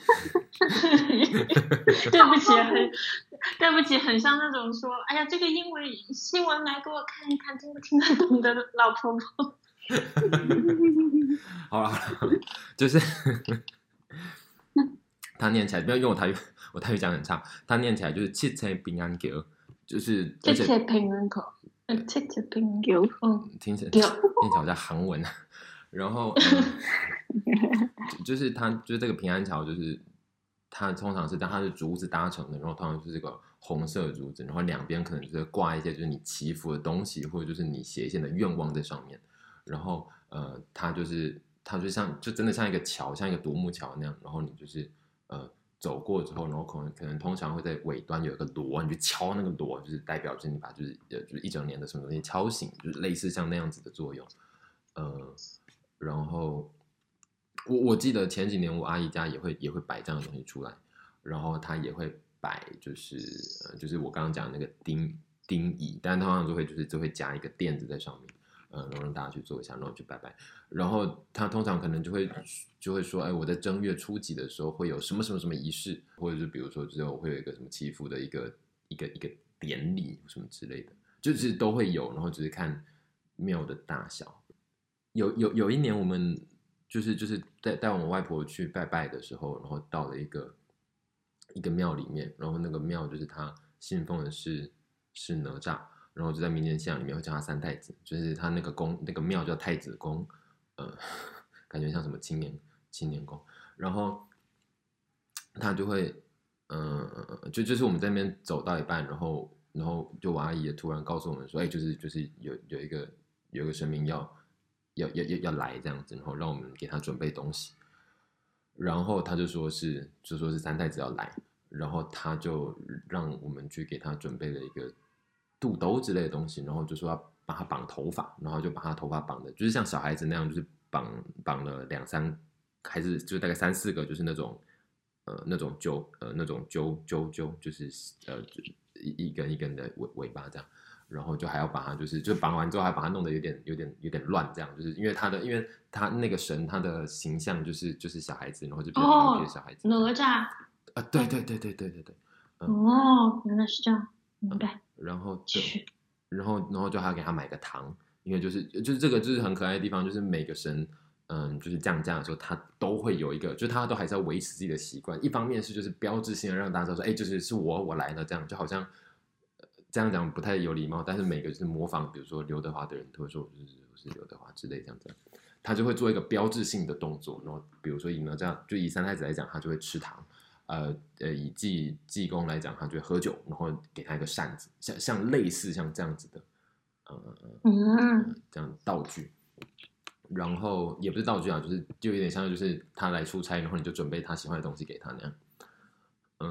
对不起，很对不起，很像那种说，哎呀，这个英文新闻来给我看一看，听不听得懂的老婆婆。 好了，就是。他念起来，不要用我台语，我台语讲很差。他念起来就是七彩平安桥，就是七彩平安桥，七彩平安桥，嗯， 听起来念起来好像韩文。然后、嗯、就是它就是这个平安桥，就是它通常是它是竹子搭成的，然后通常是这个红色的竹子，然后两边可能就是挂一些就是你祈福的东西，或者就是你写一些的愿望在上面。然后呃，它就是它就像就真的像一个桥，像一个独木桥那样，然后你就是。呃，走过之后，然后可能可能通常会在尾端有一个锣，你去敲那个锣，就是代表就是你把就是呃就是一整年的什么东西敲醒，就是类似像那样子的作用。呃，然后我我记得前几年我阿姨家也会也会摆这样的东西出来，然后她也会摆就是呃就是我刚刚讲的那个钉钉椅，但通常就会就是就会加一个垫子在上面。呃，然后让大家去做一下，然后去拜拜。然后他通常可能就会就会说，哎，我在正月初几的时候会有什么什么什么仪式，或者是比如说之后会有一个什么祈福的一个一个一个典礼什么之类的，就是都会有，然后只是看庙的大小。有有有一年我们就是就是带带我们外婆去拜拜的时候，然后到了一个一个庙里面，然后那个庙就是他信奉的是是哪吒。然后就在民间信仰里面会叫他三太子，就是他那个宫那个庙叫太子宫，呃，感觉像什么青年青年宫。然后他就会，嗯、呃，就就是我们在那边走到一半，然后然后就我阿姨也突然告诉我们说，哎，就是就是有有一个有一个神明要要要要要来这样子，然后让我们给他准备东西。 然后他就说是就说是三太子要来，然后他就让我们去给他准备了一个肚兜之类的东西，然后就说要把他绑头发，然后就把他头发绑的，就是像小孩子那样，就是绑绑了两三，还是就大概三四个，就是那种呃那种揪呃那种揪揪揪，就是呃一一根一根的尾尾巴这样。然后就还要把它，就是就绑完之后还把它弄得有点有点有点乱，这样就是因为他的，因为他那个神他的形象就是就是小孩子，然后就比较调皮的小孩子。 哪吒啊，对对对对对对对。 嗯、哦，原来是这样，明白。 嗯、然后对，然后然后就还要给他买个糖，因为就是就是这个就是很可爱的地方，就是每个神嗯就是降价的时候，他都会有一个，就是他都还是要维持自己的习惯。一方面是就是标志性的让大家知道说，哎，就是是我我来了这样，就好像。这样讲不太有礼貌，但是每个就是模仿，比如说刘德华的人，都会说我就是我是刘德华之类这样子，他就会做一个标志性的动作，然后比如说以呢这样，就以三太子来讲，他就会吃糖，呃呃，以济济公来讲，他就会喝酒，然后给他一个扇子，像像类似像这样子的，呃嗯这样道具，然后也不是道具啊，就是就有点像就是他来出差，然后你就准备他喜欢的东西给他那样，嗯，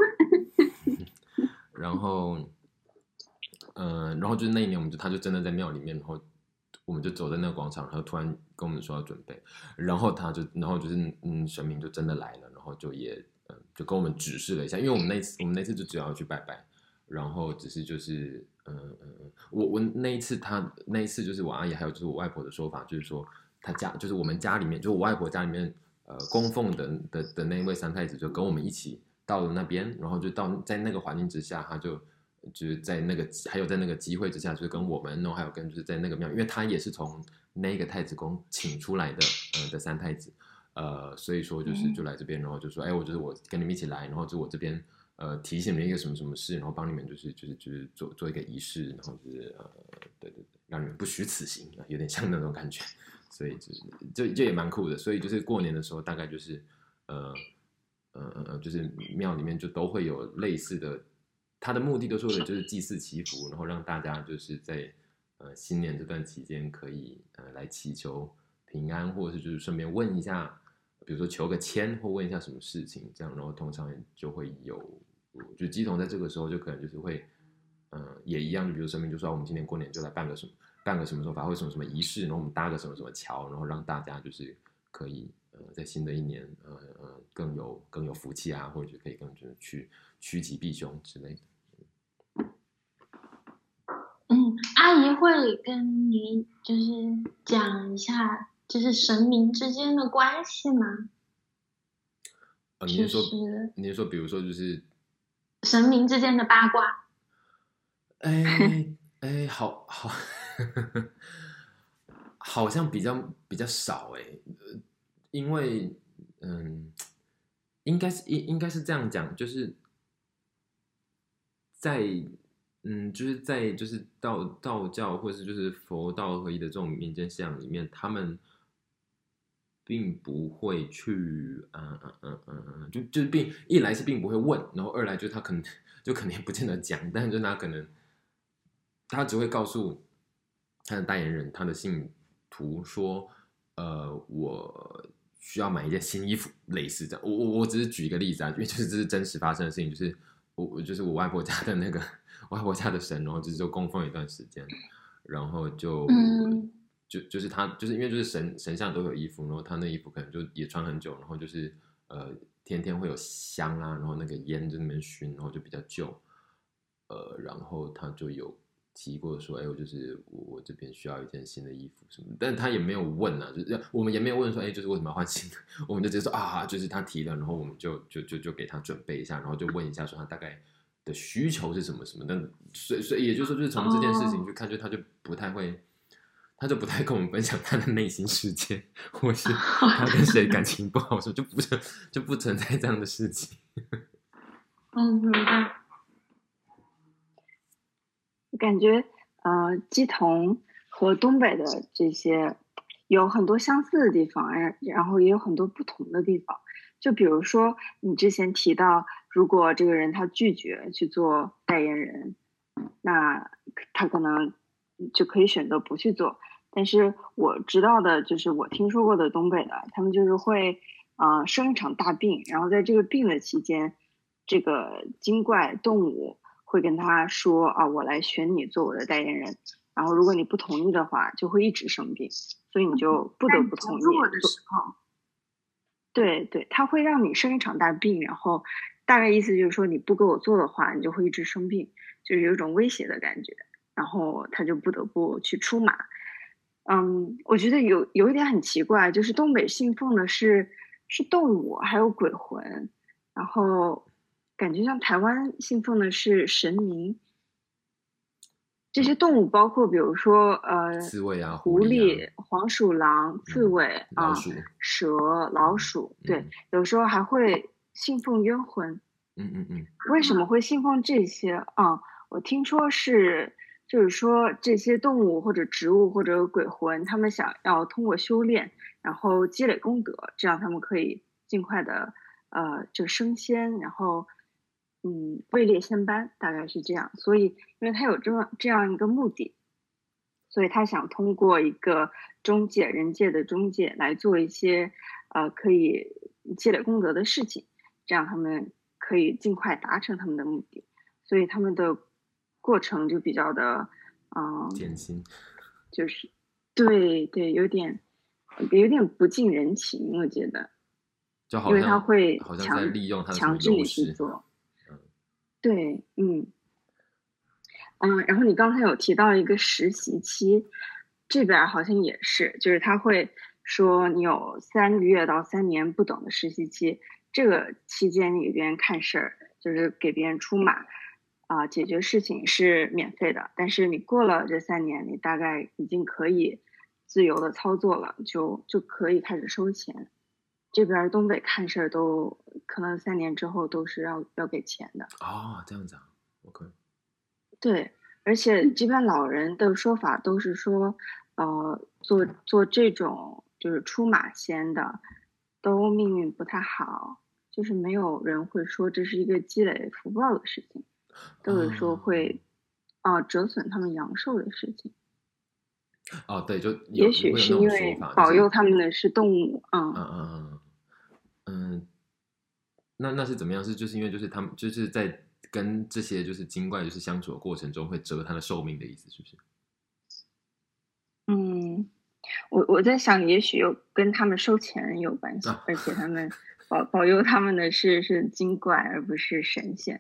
然后。嗯、呃，然后就是那一年，我们就他就真的在庙里面，然后我们就走在那个广场，然后突然跟我们说要准备，然后他就，然后就是嗯，神明就真的来了，然后就也嗯、呃，就跟我们指示了一下，因为我们那次我们那次就只要去拜拜，然后只是就是嗯嗯嗯，我我那一次他那一次就是我阿姨还有就是我外婆的说法，就是说他家就是我们家里面，就是我外婆家里面呃供奉的的的那一位三太子就跟我们一起到了那边，然后就到在那个环境之下，他就。就是在那个还有在那个机会之下，就是跟我们，然后还有跟就是在那个庙，因为他也是从那个太子宫请出来的，呃的三太子，呃，所以说就是就来这边，然后就说，哎，我就是我跟你们一起来，然后就我这边呃提醒了一个什么什么事，然后帮你们就是就是就是做做一个仪式，然后就是呃对对对，让你们不虚此行，有点像那种感觉，所以就是就就也蛮酷的，所以就是过年的时候大概就是呃呃呃就是庙里面就都会有类似的。他的目的都是为了就是祭祀祈福，然后让大家就是在呃新年这段期间可以呃来祈求平安，或者是就是顺便问一下，比如说求个签或问一下什么事情，这样，然后通常就会有，就乩童在这个时候就可能就是会，嗯、呃，也一样，比如神明就说我们今年过年就来办个什么办个什么时候法会什么什么仪式，然后我们搭个什么什么桥，然后让大家就是可以呃在新的一年呃呃更有更有福气啊，或者就可以更就是去趋吉避凶之类的。 嗯，阿姨会跟你就是讲一下，就是神明之间的关系吗？ 呃，你是说，就是你是说，比如说，就是神明之间的八卦？ 哎哎，好好，好像比较比较少哎，因为嗯，应该是应应该是这样讲，就是在。嗯，就是在就是道道教或是就是佛道合一的这种民间信仰里面，他们并不会去，嗯嗯嗯嗯嗯，就就是并一来是并不会问，然后二来就他可能就可能也不见得讲，但是就他可能他只会告诉他的代言人、他的信徒说，呃，我需要买一件新衣服，类似这样。我我我只是举一个例子啊，因为就是这是真实发生的事情，就是我就是我外婆家的那个。外婆家的神，然后就是就供奉一段时间，然后就、嗯、就就是他就是因为就是神神像都有衣服，然后他那衣服可能就也穿很久，然后就是呃天天会有香啊，然后那个烟在那边熏，然后就比较旧，呃，然后他就有提过说，哎，我就是我我这边需要一件新的衣服什么的，但他也没有问啊，就是我们也没有问说，哎，就是为什么要换新的，我们就直接说啊，就是他提了，然后我们就就就就给他准备一下，然后就问一下说他大概。的需求是什么什么的，所以所以也就是说，就是从这件事情去看，就他就不太会，他就不太跟我们分享他的内心世界，或是他跟谁感情不好，说就不存就不存在这样的事情。 嗯，明白。 我感觉呃，乩童和东北的这些有很多相似的地方，然后也有很多不同的地方。就比如说你之前提到，如果这个人他拒绝去做代言人，那他可能就可以选择不去做。但是我知道的就是我听说过的东北的，他们就是会啊、呃、生一场大病，然后在这个病的期间，这个精怪动物会跟他说啊，我来选你做我的代言人，然后如果你不同意的话，就会一直生病，所以你就不得不同意。 弱的时候， 对对，他会让你生一场大病，然后大概意思就是说你不给我做的话，你就会一直生病，就是有一种威胁的感觉，然后他就不得不去出马。嗯，我觉得有有一点很奇怪，就是东北信奉的是是动物还有鬼魂，然后感觉像台湾信奉的是神明。这些动物包括比如说呃刺猬啊、 狐狸、黄鼠狼、刺猬啊、 老鼠、 蛇、老鼠，对， 嗯有时候还会信奉冤魂。 嗯嗯嗯， 为什么会信奉这些啊？我听说是，就是说这些动物或者植物或者鬼魂，他们想要通过修炼，然后积累功德，这样他们可以尽快的呃就升仙，然后嗯位列仙班，大概是这样。所以，因为他有这么这样一个目的，所以他想通过一个中介，人界的中介来做一些呃可以积累功德的事情，这样他们可以尽快达成他们的目的。所以他们的过程就比较的嗯艰辛， 就是对对，有点有点不近人情，我觉得， 就好因为他像会好像强在利用他的什么强制你优势。 去做。 嗯对，嗯嗯，然后你刚才有提到一个实习期，这边儿好像也是，就是他会说你有三个月到三年不等的实习期，这个期间你给别人看事儿，就是给别人出马啊、解决事情是免费的，但是你过了这三年，你大概已经可以自由的操作了，就就可以开始收钱。这边儿东北看事儿都可能三年之后都是要要给钱的。 哦，这样子啊，OK， 对，而且这边老人的说法都是说，呃，做做这种就是出马仙的，都命运不太好，就是没有人会说这是一个积累福报的事情，都是说会，啊、折损他们阳寿的事情。 哦，对，就有也许会有那种是因为说法， 保就是佑他们的是动物，嗯。 嗯嗯嗯嗯，那那是怎么样？是就是因为就是他们就是在跟这些就是精怪就是相处的过程中会折他的寿命的意思，是不是？ 嗯，我我在想，也许有跟他们收钱有关系， 啊而且他们保保佑他们的是是精怪，而不是神仙。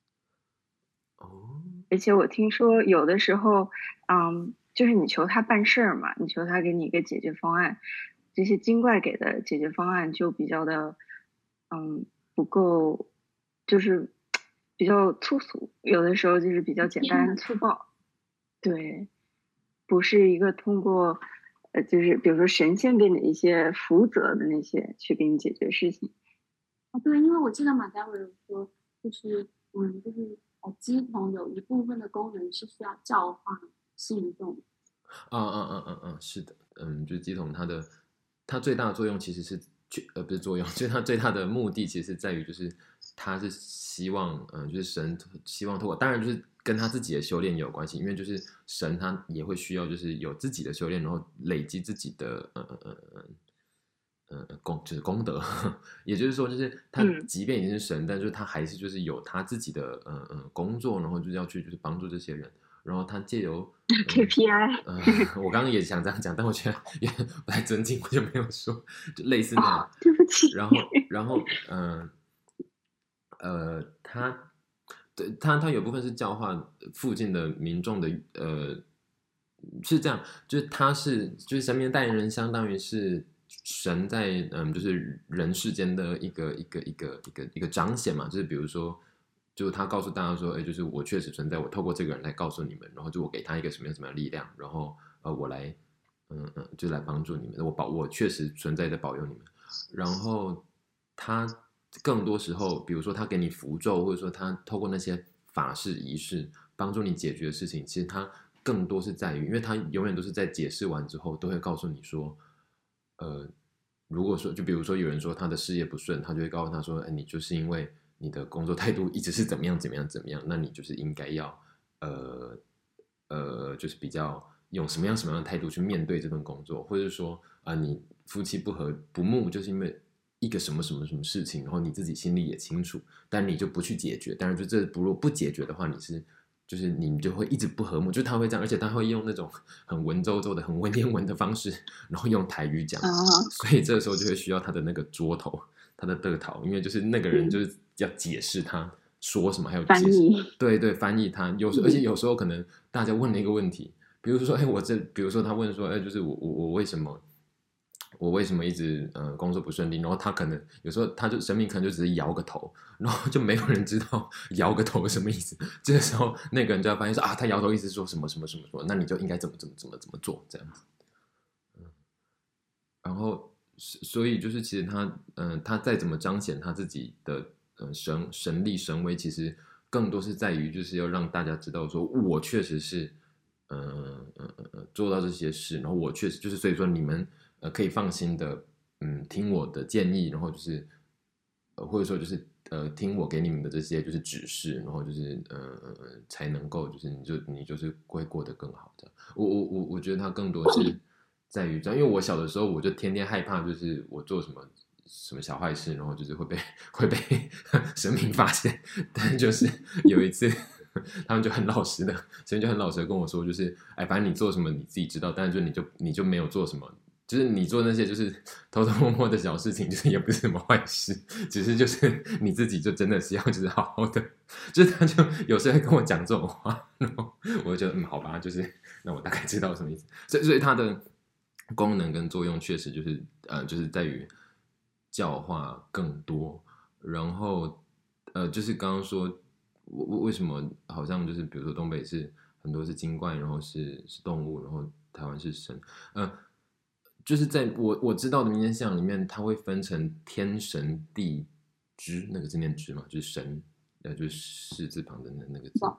哦， 而且我听说有的时候，嗯，就是你求他办事儿嘛，你求他给你一个解决方案，这些精怪给的解决方案就比较的，嗯，不够，就是比较粗俗，有的时候就是比较简单粗暴，对，不是一个通过，呃，就是比如说神仙给你一些福泽的那些去给你解决事情。 哦，对，因为我记得马家伟有说，就是嗯，就是呃，鸡童有一部分的功能是需要教化信众。 嗯嗯嗯嗯嗯，是的，嗯，就是鸡桶它的它最大的作用其实是呃不是作用，就是它最大的目的其实是在于就是它是希望嗯、呃、就是神希望透过当然就是跟他自己的修炼有关系，因为就是神他也会需要就是有自己的修炼，然后累积自己的呃呃呃呃功就是功德，也就是说就是他即便已经是神，嗯、但是他还是就是有他自己的呃呃工作，然后就是要去就是帮助这些人。然后他借由、 嗯、K P I， 呃，我刚刚也想这样讲，但我觉得也不太尊敬，我就没有说，就类似那样。 哦、对不起。 然后，然后，嗯、呃，呃，他，对他，他有部分是教化附近的民众的，呃，是这样，就是他是就是神明代言人，相当于是神在嗯，就是人世间的一个一个一个一个一个彰显嘛，就是比如说。就他告诉大家说，哎，就是我确实存在，我透过这个人来告诉你们，然后就我给他一个什么样什么样的力量，然后呃，我来，嗯嗯，就来帮助你们，我保我确实存在在保佑你们。然后他更多时候，比如说他给你符咒，或者说他透过那些法事仪式帮助你解决的事情，其实他更多是在于，因为他永远都是在解释完之后，都会告诉你说，呃，如果说就比如说有人说他的事业不顺，他就会告诉他说，哎，你就是因为。你的工作态度一直是怎么样怎么样怎么样，那你就是应该要呃呃，就是比较用什么样什么样的态度去面对这份工作，或者说啊、呃，你夫妻不和不睦，就是因为一个什么什么什么事情，然后你自己心里也清楚，但你就不去解决，当然就这不如不解决的话，你是就是你就会一直不和睦，就他会这样，而且他会用那种很文绉绉的、很文言文的方式，然后用台语讲， 啊， 所以这个时候就会需要他的那个桌头，他的得头，因为就是那个人就是要解释他说什么，还有翻解释， 译， 对对，翻译他，有时候而且有时候可能大家问了一个问题，比如说，哎，我这，比如说他问说，哎，就是我我我为什么？我为什么一直呃工作不顺利？然后他可能有时候他就神明可能就只是摇个头，然后就没有人知道摇个头是什么意思。这个时候那个人就要发现说啊，他摇头意思说什么什么什么什么，那你就应该怎么怎么怎么怎么做这样子。嗯，然后所以就是其实他嗯、呃、他再怎么彰显他自己的呃神神力神威，其实更多是在于就是要让大家知道说我确实是嗯嗯嗯嗯做到这些事，然后我确实就是所以说你们。呃，可以放心的，嗯，听我的建议，然后就是，呃，或者说就是呃，听我给你们的这些就是指示，然后就是呃呃，才能够就是你就你就是会过得更好的。我我我我觉得它更多是在于这样，因为我小的时候我就天天害怕，就是我做什么什么小坏事，然后就是会被会被神明发现。但就是有一次。他们就很老实的，所以就很老实的跟我说，就是哎，反正你做什么你自己知道，但是就你就你就没有做什么。就是你做那些就是偷偷摸摸的小事情，就是也不是什么坏事，只是就是你自己就真的是要就是好好的，就是他就有时候会跟我讲这种话，然后我就觉得嗯好吧，就是那我大概知道什么意思，所以所以它的功能跟作用确实就是呃就是在于教化更多，然后呃就是刚刚说为为什么好像就是比如说东北是很多是精怪，然后是是动物，然后台湾是神，呃。就是在我我知道的民间信仰里面，它会分成天神地支，那个字念支嘛，就是神，呃，就是士字旁的那那个字。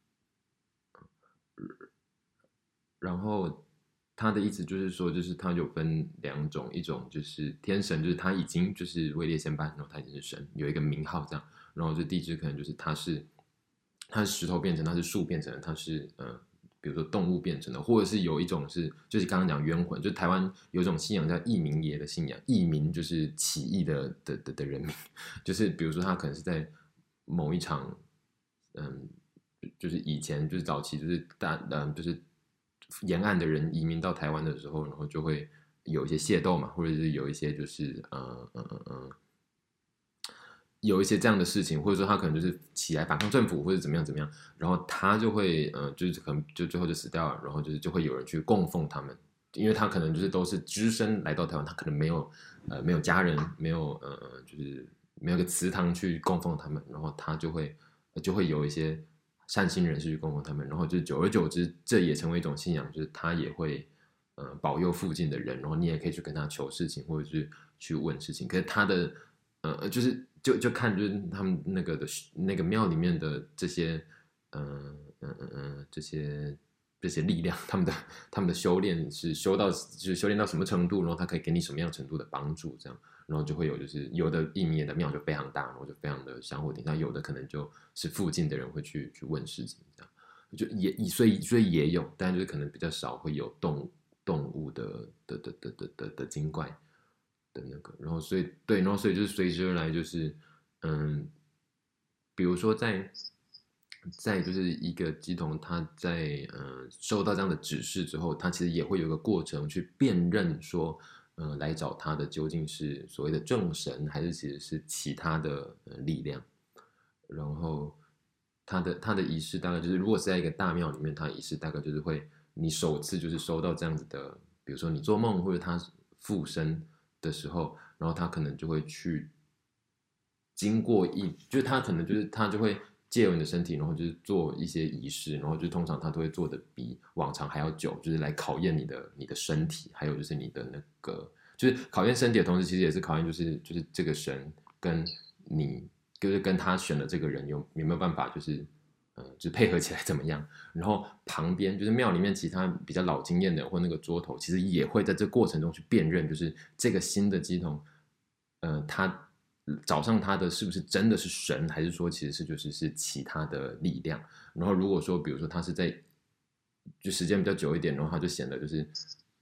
然后他的意思就是说，就是它有分两种，一种就是天神，就是他已经就是位列仙班，然后他已经是神，有一个名号这样。然后这地支可能就是他是他是石头变成，他是树变成，他是呃。比如说动物变成的，或者是有一种是，就是刚刚讲冤魂，就是台湾有一种信仰叫义民爷的信仰，义民就是起义的的的的人民，就是比如说他可能是在某一场，嗯，就是以前就是早期就是大嗯就是沿岸的人移民到台湾的时候，然后就会有一些械斗嘛，或者是有一些就是呃呃呃。有一些这样的事情，或者说他可能就是起来反抗政府，或者怎么样怎么样，然后他就会，呃，就是可能就最后就死掉了，然后就是就会有人去供奉他们，因为他可能就是都是只身来到台湾，他可能没有，呃，没有家人，没有，呃，就是没有个祠堂去供奉他们，然后他就会就会有一些善心人士去供奉他们，然后就久而久之，这也成为一种信仰，就是他也会，呃，保佑附近的人，然后你也可以去跟他求事情，或者是去问事情，可是他的，呃，就是。就就看就是他们那个的那个庙里面的这些，嗯嗯嗯嗯，这些这些力量，他们的他们的修炼是修到就是修炼到什么程度，然后他可以给你什么样程度的帮助，这样，然后就会有就是有的义民爷的庙就非常大，然后就非常的香火鼎盛，有的可能就是附近的人会去去问事情，这样，就也所以所以也有，但就是可能比较少会有动动物的的的的的的的精怪。的那个，然后所以对，然后所以就是随之而来就是，嗯，比如说在在就是一个乩童，他在呃收到这样的指示之后，他其实也会有一个过程去辨认说，呃，来找他的究竟是所谓的正神，还是其实是其他的、呃、力量。然后他的他的仪式大概就是，如果是在一个大庙里面，他仪式大概就是会，你首次就是收到这样子的，比如说你做梦或者他附身。的时候，然后他可能就会去经过一，就是他可能就是他就会借由你的身体，然后就是做一些仪式，然后就通常他都会做的比往常还要久，就是来考验你的你的身体，还有就是你的那个，就是考验身体的同时，其实也是考验就是就是这个神跟你就是跟他选的这个人有有没有办法就是呃就是配合起来怎么样？然后旁边就是庙里面其他比较老经验的或那个桌头，其实也会在这过程中去辨认，就是这个新的乩童，呃，他找上他的是不是真的是神，还是说其实是就是是其他的力量？然后如果说比如说他是在就时间比较久一点，然后他就显得就是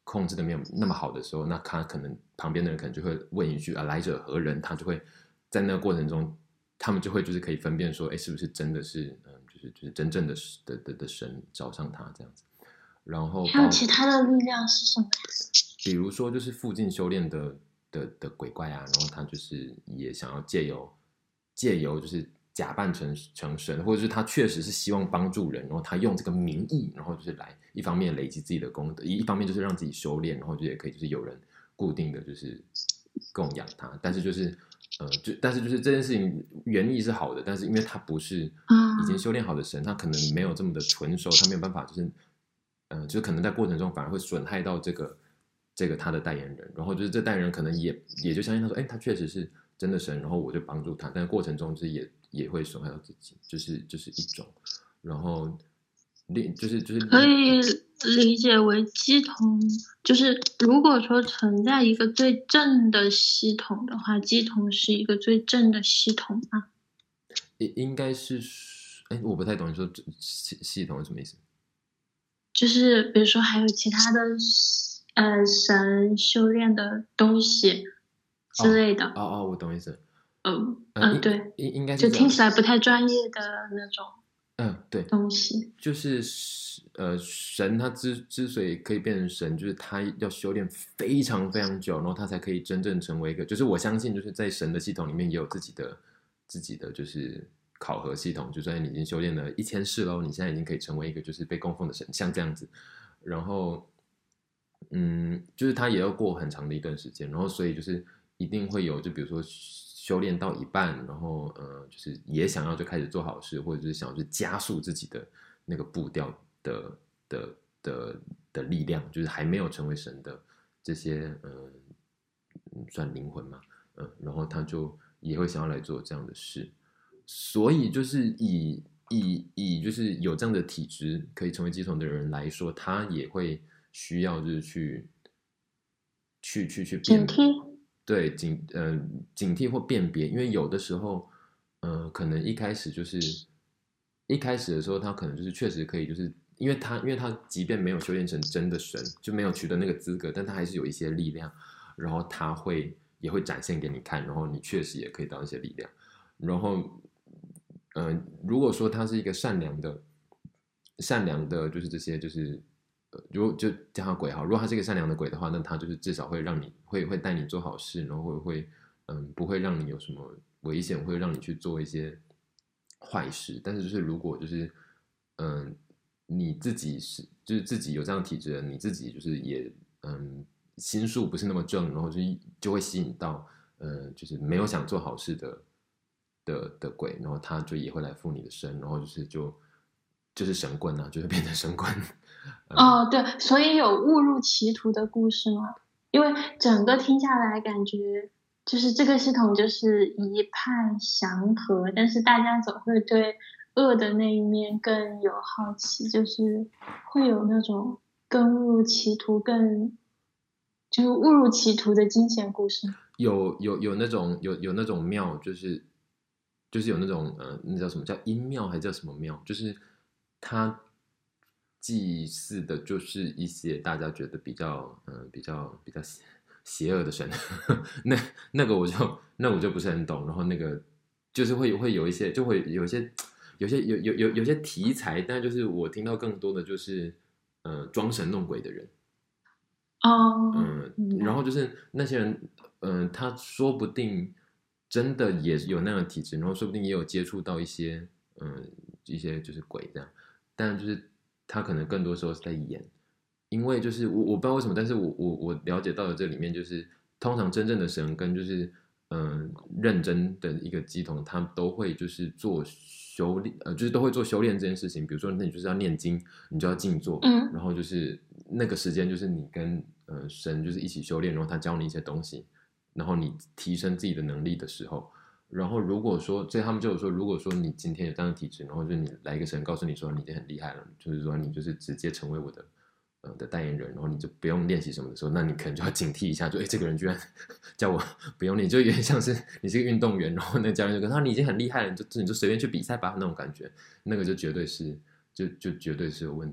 控制的没有那么好的时候，那他可能旁边的人可能就会问一句啊，来者何人？他就会在那个过程中，他们就会就是可以分辨说，哎，是不是真的是嗯，就是就是真正的的的的神找上他这样子。然后还有其他的力量是什么？ 比如说就是附近修炼的的的鬼怪啊，然后他就是也想要借由借由就是假扮成成神，或者是他确实是希望帮助人，然后他用这个名义，然后就是来一方面累积自己的功德，一方面就是让自己修炼，然后就也可以就是有人固定的就是供养他。但是就是呃，就但是就是这件事情原意是好的，但是因为他不是已经修炼好的神，他可能没有这么的纯熟，他没有办法就是呃，就是可能在过程中反而会损害到这个这个他的代言人，然后就是这代言人可能也也就相信他说，哎，他确实是真的神，然后我就帮助他，但过程中就是也也会损害到自己，就是就是一种，然后另就是就是可以理解为鸡同，就是如果说存在一个最正的系统的话，鸡同是一个最正的系统吗？ 应应该是，哎，我不太懂你说系系统是什么意思？ 就是比如说还有其他的呃神修炼的东西之类的。 哦哦，哦我懂意思。 嗯嗯、呃，对， 应应该是就听起来不太专业的那种。 嗯，对， 东西就是呃，神他之之所以可以变成神，就是他要修炼非常非常久，然后他才可以真正成为一个。就是我相信，就是在神的系统里面也有自己的自己的就是考核系统，就算你已经修炼了一千世喽，你现在已经可以成为一个就是被供奉的神，像这样子。然后，嗯，就是他也要过很长的一段时间，然后所以就是一定会有，就比如说。修炼到一半，然后呃，就是也想要就开始做好事，或者是想要去加速自己的那个步调的的的的力量，就是还没有成为神的这些呃，算灵魂嘛，嗯、呃，然后他就也会想要来做这样的事，所以就是以以以就是有这样的体质可以成为鸡同的人来说，他也会需要就是去去去去警惕。 对警呃警惕或辨别，因为有的时候，呃，可能一开始就是一开始的时候，他可能就是确实可以，就是因为他因为他即便没有修炼成真的神，就没有取得那个资格，但他还是有一些力量，然后他会也会展现给你看，然后你确实也可以得到一些力量，然后，呃，如果说他是一个善良的善良的，就是这些就是。如果就叫他鬼好，如果他是一个善良的鬼的话，那他就是至少会让你会会带你做好事，然后会会嗯不会让你有什么危险，会让你去做一些坏事。但是就是如果就是嗯你自己是就是自己有这样的体质的，你自己就是也嗯心术不是那么正，然后就就会吸引到呃就是没有想做好事的的的鬼，然后他就也会来附你的身，然后就是就就是神棍啊，就会变成神棍。 哦，对，所以有误入歧途的故事吗？因为整个听下来，感觉就是这个系统就是一派祥和，但是大家总会对恶的那一面更有好奇，就是会有那种更误入歧途、更就是误入歧途的惊险故事。 有有有那种有有那种庙，就是就是有那种呃，那叫什么叫阴庙还是叫什么庙？就是它。祭祀的就是一些大家觉得比较嗯、呃、比较比较邪恶的神，那那个我就那我就不是很懂，然后那个就是会会有一些就会有一些有些有有有有些题材，但就是我听到更多的就是呃装神弄鬼的人， 哦， 嗯，然后就是那些人，嗯、呃，他说不定真的也有那样的体质，然后说不定也有接触到一些嗯、呃、一些就是鬼这样，但就是。他可能更多时候是在演，因为就是我我不知道为什么，但是我我我了解到的这里面就是通常真正的神跟就是嗯、呃、认真的一个鸡同，他都会就是做修炼，呃就是都会做修炼这件事情。比如说，那你就是要念经，你就要静坐， 嗯， 然后就是那个时间就是你跟呃神就是一起修炼，然后他教你一些东西，然后你提升自己的能力的时候。然后如果说，所以他们就有说，如果说你今天有这样的体质，然后就你来一个神告诉你说你已经很厉害了，就是说你就是直接成为我的呃的代言人，然后你就不用练习什么的时候，那你可能就要警惕一下，就哎这个人居然叫我不用练，就有点像是你是个运动员，然后那个教练就跟他说你已经很厉害了，你就你就随便去比赛吧那种感觉，那个就绝对是就就绝对是有问题。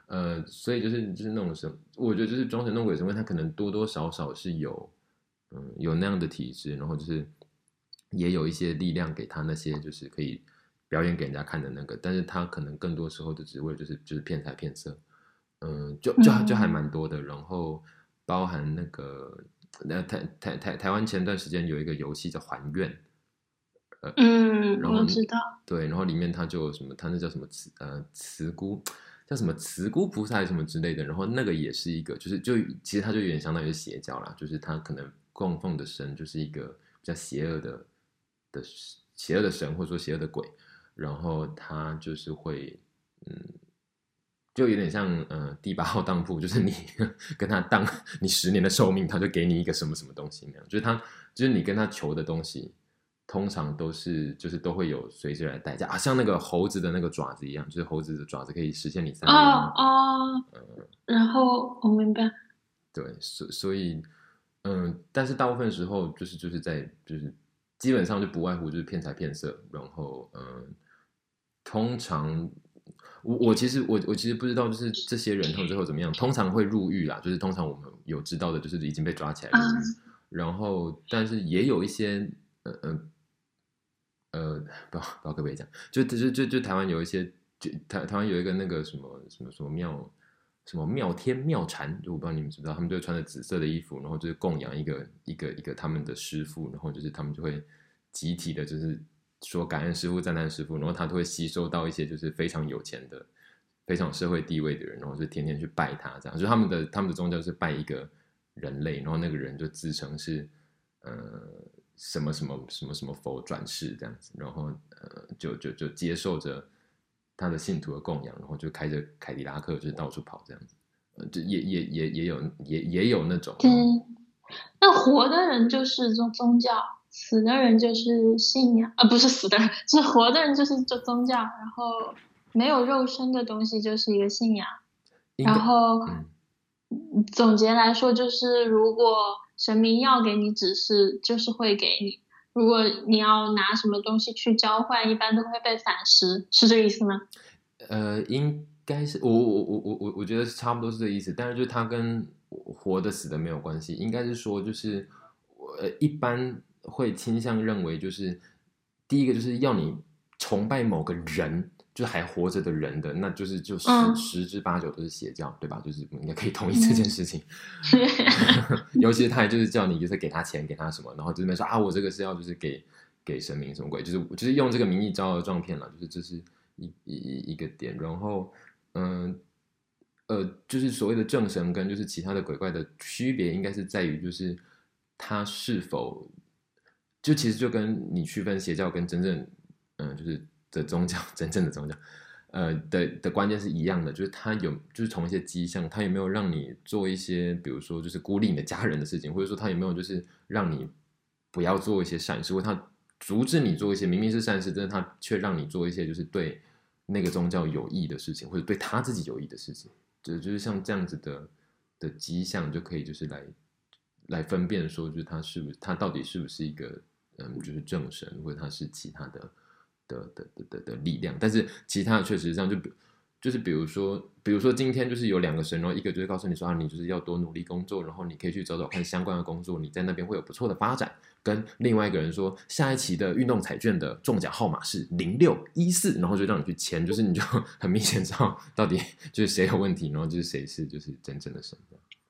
呃，所以就是就是那种神，我觉得就是装神弄鬼神，因为他可能多多少少是有嗯有那样的体质，然后就是也有一些力量给他那些就是可以表演给人家看的那个，但是他可能更多时候就只为了就是就是骗财骗色，嗯，就就就还蛮多的，然后包含那个呃台台台台湾前段时间有一个游戏叫还愿。呃， 嗯， 然后我知道， 对，然后里面它就有什么，它那叫什么慈呃慈姑，叫什么慈姑菩萨还是什么之类的，然后那个也是一个，就是就其实它就有点相当于是邪教啦，就是它可能供奉的神就是一个比较邪恶的的邪恶的神或者说邪恶的鬼，然后他就是会嗯。就有点像呃第八号当铺，就是你跟他当你十年的寿命，他就给你一个什么什么东西那样，就是他就是你跟他求的东西，通常都是就是都会有随之来的代价啊，像那个猴子的那个爪子一样，就是猴子的爪子可以实现你三年哦哦，呃、然后我明白， 对，所所以嗯，但是大部分时候就是就是在就是基本上就不外乎就是骗财骗色，然后嗯，通常。我我其实我我其实不知道，就是这些人他们最后怎么样，通常会入狱啦，就是通常我们有知道的，就是已经被抓起来入狱，嗯、然后但是也有一些呃呃呃，不知道不知道可不可以讲，就就就就台湾有一些，就台台湾有一个那个什么什么什么庙什么妙天妙禅，就我不知道你们知不知道，他们就会穿着紫色的衣服，然后就是供养一个一个一个他们的师父，然后就是他们就会集体的，就是。说感恩师父、赞叹师父，然后他都会吸收到一些就是非常有钱的、非常有社会地位的人，然后就天天去拜他，这样。就他们的他们的宗教是拜一个人类，然后那个人就自称是呃什么什么什么什么佛转世这样子，然后呃就就就接受着他的信徒的供养，然后就开着凯迪拉克就是到处跑这样子，呃，就也也也也有也也有那种。 对，那活的人就是宗宗教。死的人就是信仰啊，不是死的人，是活的人就是就宗教，然后没有肉身的东西就是一个信仰。然后、嗯、总结来说，就是如果神明要给你指示，就是会给你；如果你要拿什么东西去交换，一般都会被反噬，是这个意思吗？ 呃，应该是我我我我我我觉得差不多是这个意思，但是就它跟活的死的没有关系，应该是说就是呃一般。会倾向认为，就是第一个就是要你崇拜某个人，就是还活着的人的，那就是就十、嗯、十之八九都是邪教，对吧？就是应该可以同意这件事情。嗯、尤其是他就是叫你就是给他钱，给他什么，然后就是说啊，我这个是要就是给给神明什么鬼，就是就是用这个名义招摇撞骗了，就是这是一一一个点。然后嗯呃，就是所谓的正神跟就是其他的鬼怪的区别，应该是在于就是他是否。就其实就跟你区分邪教跟真正，嗯、呃，就是的宗教，真正的宗教，呃的的关键是一样的，就是他有，就是从一些迹象，他有没有让你做一些，比如说就是孤立你的家人的事情，或者说他有没有就是让你不要做一些善事，或他阻止你做一些明明是善事，但是他却让你做一些就是对那个宗教有益的事情，或者对他自己有益的事情，就就是像这样子的的迹象，就可以就是来来分辨说，就是他是不是他到底是不是一个。嗯，就是正神，或者他是其他的的的的的的力量，但是其他的确实这样，就就是比如说，比如说今天就是有两个神，然后一个就是告诉你说啊，你就是要多努力工作，然后你可以去找找看相关的工作，你在那边会有不错的发展。跟另外一个人说，下一期的运动彩券的中奖号码是零六一四，然后就让你去签，就是你就很明显知道到底就是谁有问题，然后就是谁是就是真正的神。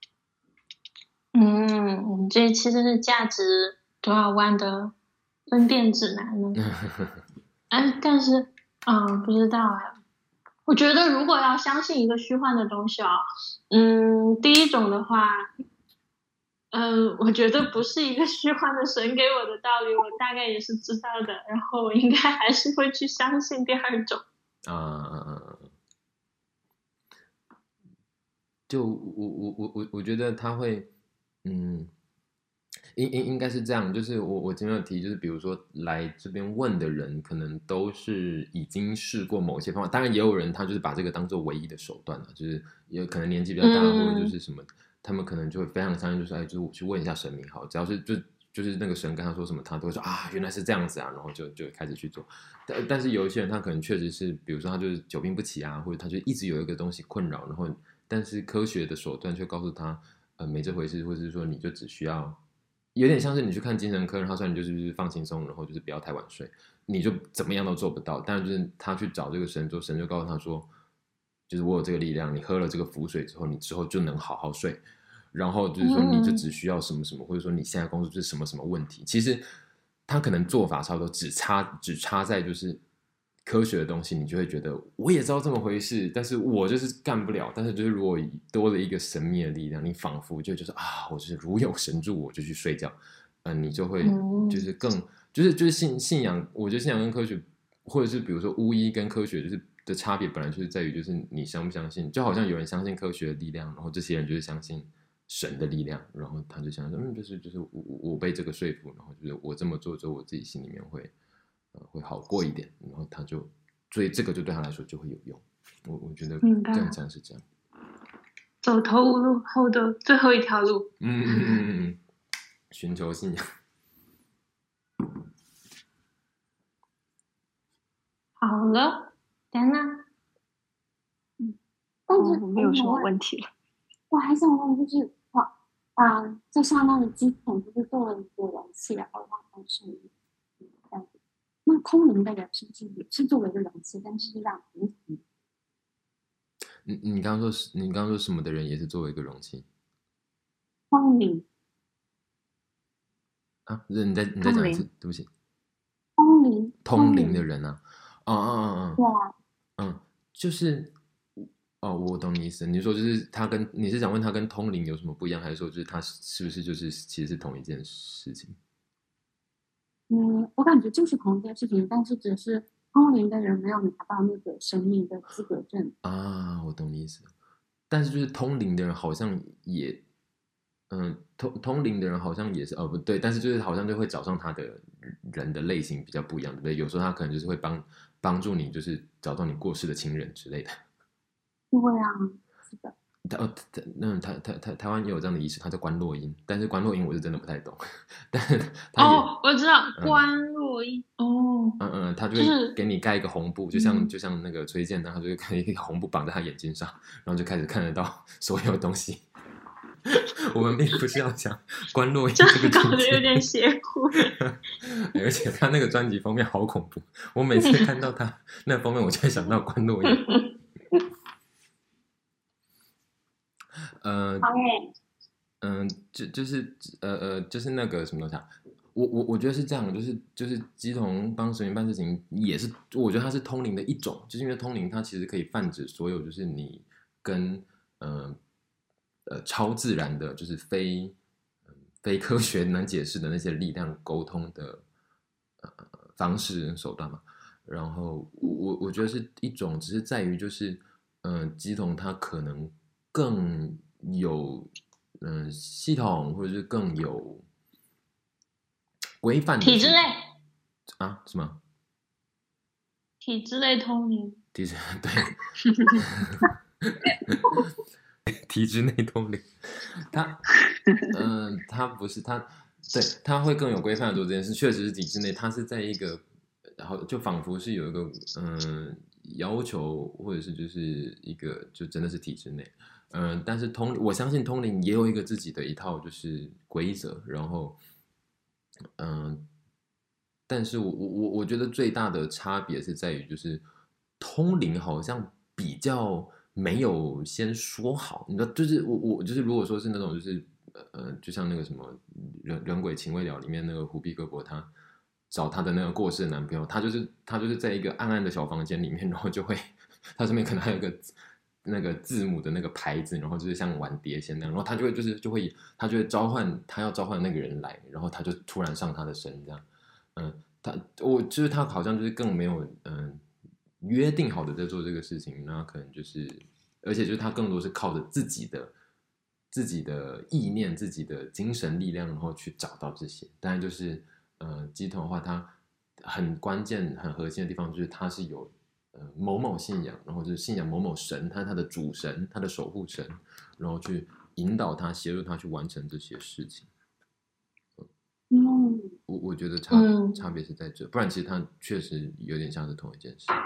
嗯，我们这一期真是价值多少万的分辨指南呢？哎，但是，嗯，不知道哎。我觉得如果要相信一个虚幻的东西啊，嗯，第一种的话，嗯，我觉得不是一个虚幻的神给我的道理，我大概也是知道的，然后我应该还是会去相信第二种。 啊，就我我我我我觉得他会，嗯。应应应该是这样，就是我我今天有提，就是比如说来这边问的人，可能都是已经试过某些方法，当然也有人他就是把这个当做唯一的手段了，就是也可能年纪比较大，嗯、或者就是什么，他们可能就会非常相信，就是哎，就是我去问一下神明好，只要是就就就是那个神跟他说什么，他都会说啊，原来是这样子啊，然后就就开始去做。但但是有一些人他可能确实是，比如说他就是久病不起啊，或者他就一直有一个东西困扰，然后但是科学的手段却告诉他，呃，没这回事，或者是说你就只需要，有点像是你去看精神科，然后说你就是放轻松，然后就是不要太晚睡，你就怎么样都做不到。但就是他去找这个神之后，神就告诉他说，就是我有这个力量，你喝了这个符水之后，你之后就能好好睡。然后就是说，你就只需要什么什么，或者说你现在工作是什么什么问题。其实他可能做法差不多，只差只差在就是科学的东西，你就会觉得我也知道这么回事，但是我就是干不了。但是就是如果多了一个神秘的力量，你仿佛就就是啊，我就是如有神助，我就去睡觉。嗯、呃，你就会就是更就是就是信信仰，我觉得信仰跟科学，或者是比如说巫医跟科学，就是的差别本来就是在于就是你相不相信。就好像有人相信科学的力量，然后这些人就是相信神的力量，然后他就想说，嗯，就是就是我我被这个说服，然后就是我这么做之后，我自己心里面会呃会好过一点，然后他就所以这个就对他来说就会有用。我我觉得更像是这样， 走投无路后的最后一条路。 嗯嗯嗯嗯，寻求信仰。 好了，丹娜， 嗯，但是我没有什么问题了。 我还想问，就是我啊、呃，就相当于机筒，就是做了一个容器，然后让它是这样子。那通灵的人是不是也是作为一个容器，但是是让灵体？ 你你刚刚说你刚刚说什么的人也是作为一个容器？ 通灵啊？你再你再讲一次，对不起。 通灵通灵的人啊，啊啊啊啊！ 对啊， 嗯，就是。哦，我懂你意思。你说就是他跟你是想问他跟通灵有什么不一样，还是说就是他是不是就是其实是同一件事情？ 嗯，我感觉就是同一件事情，但是只是通灵的人没有拿到那个神明的资格证啊。我懂你意思。但是就是通灵的人好像也，嗯，通通灵的人好像也是哦，不对，但是就是好像就会找上他的人的类型比较不一样，对不对？有时候他可能就是会帮帮助你，就是找到你过世的亲人之类的。 对啊，是的。 台哦，嗯，台台台台湾也有这样的仪式，它叫观落阴，但是观落阴我是真的不太懂，但是他也哦，我知道观落阴、嗯、哦， 嗯嗯，他就会给你盖一个红布，就像、嗯、就像那个崔健，他就会盖一个红布绑在他眼睛上，然后就开始看得到所有东西。我们并不是要讲观落阴这个搞得有点邪乎， 而且他那个专辑封面好恐怖，我每次看到他那封面，我就会想到观落阴。呃，嗯、呃，就就是呃呃，就是那个什么东西啊？我我我觉得是这样，就是就是乩童帮神明办事情，也是我觉得它是通灵的一种，就是因为通灵它其实可以泛指所有，就是你跟呃呃超自然的，就是非、呃、非科学能解释的那些力量沟通的呃方式手段嘛。然后我我我觉得是一种，只是在于就是嗯、呃，乩童它可能更有嗯、呃、系统，或者是更有规范的体制类啊？什么？ 体制类通灵？ 体制对，体制内通灵，它嗯、呃，它不是它，对，它会更有规范的做这件事，确实是体制内，它是在一个，然后就仿佛是有一个嗯、呃、要求，或者是就是一个就真的是体制内。嗯、呃，但是通，我相信通灵也有一个自己的一套就是规则，然后，嗯、呃，但是我我我我觉得最大的差别是在于，就是通灵好像比较没有先说好，你知道，就是我我就是如果说是那种就是呃，就像那个什么人人鬼情未了里面那个虎臂哥伯他找他的那个过世的男朋友，他就是他就是在一个暗暗的小房间里面，然后就会他上面可能还有一个。那个字母的那个牌子，然后就是像玩碟仙那样，然后他就会就是就会他就会召唤他要召唤那个人来，然后他就突然上他的身这样，嗯，他我就是他好像就是更没有嗯约定好的在做这个事情，那可能就是而且就是他更多是靠着自己的自己的意念、自己的精神力量，然后去找到这些。当然就是呃乩童的话，它很关键、很核心的地方就是它是有。某某信仰，然后就是信仰某某神，他是他的主神，他的守护神，然后去引导他、协助他去完成这些事情。 嗯， 我觉得差、 嗯、 差别是在这，不然其实它确实有点像是同一件事。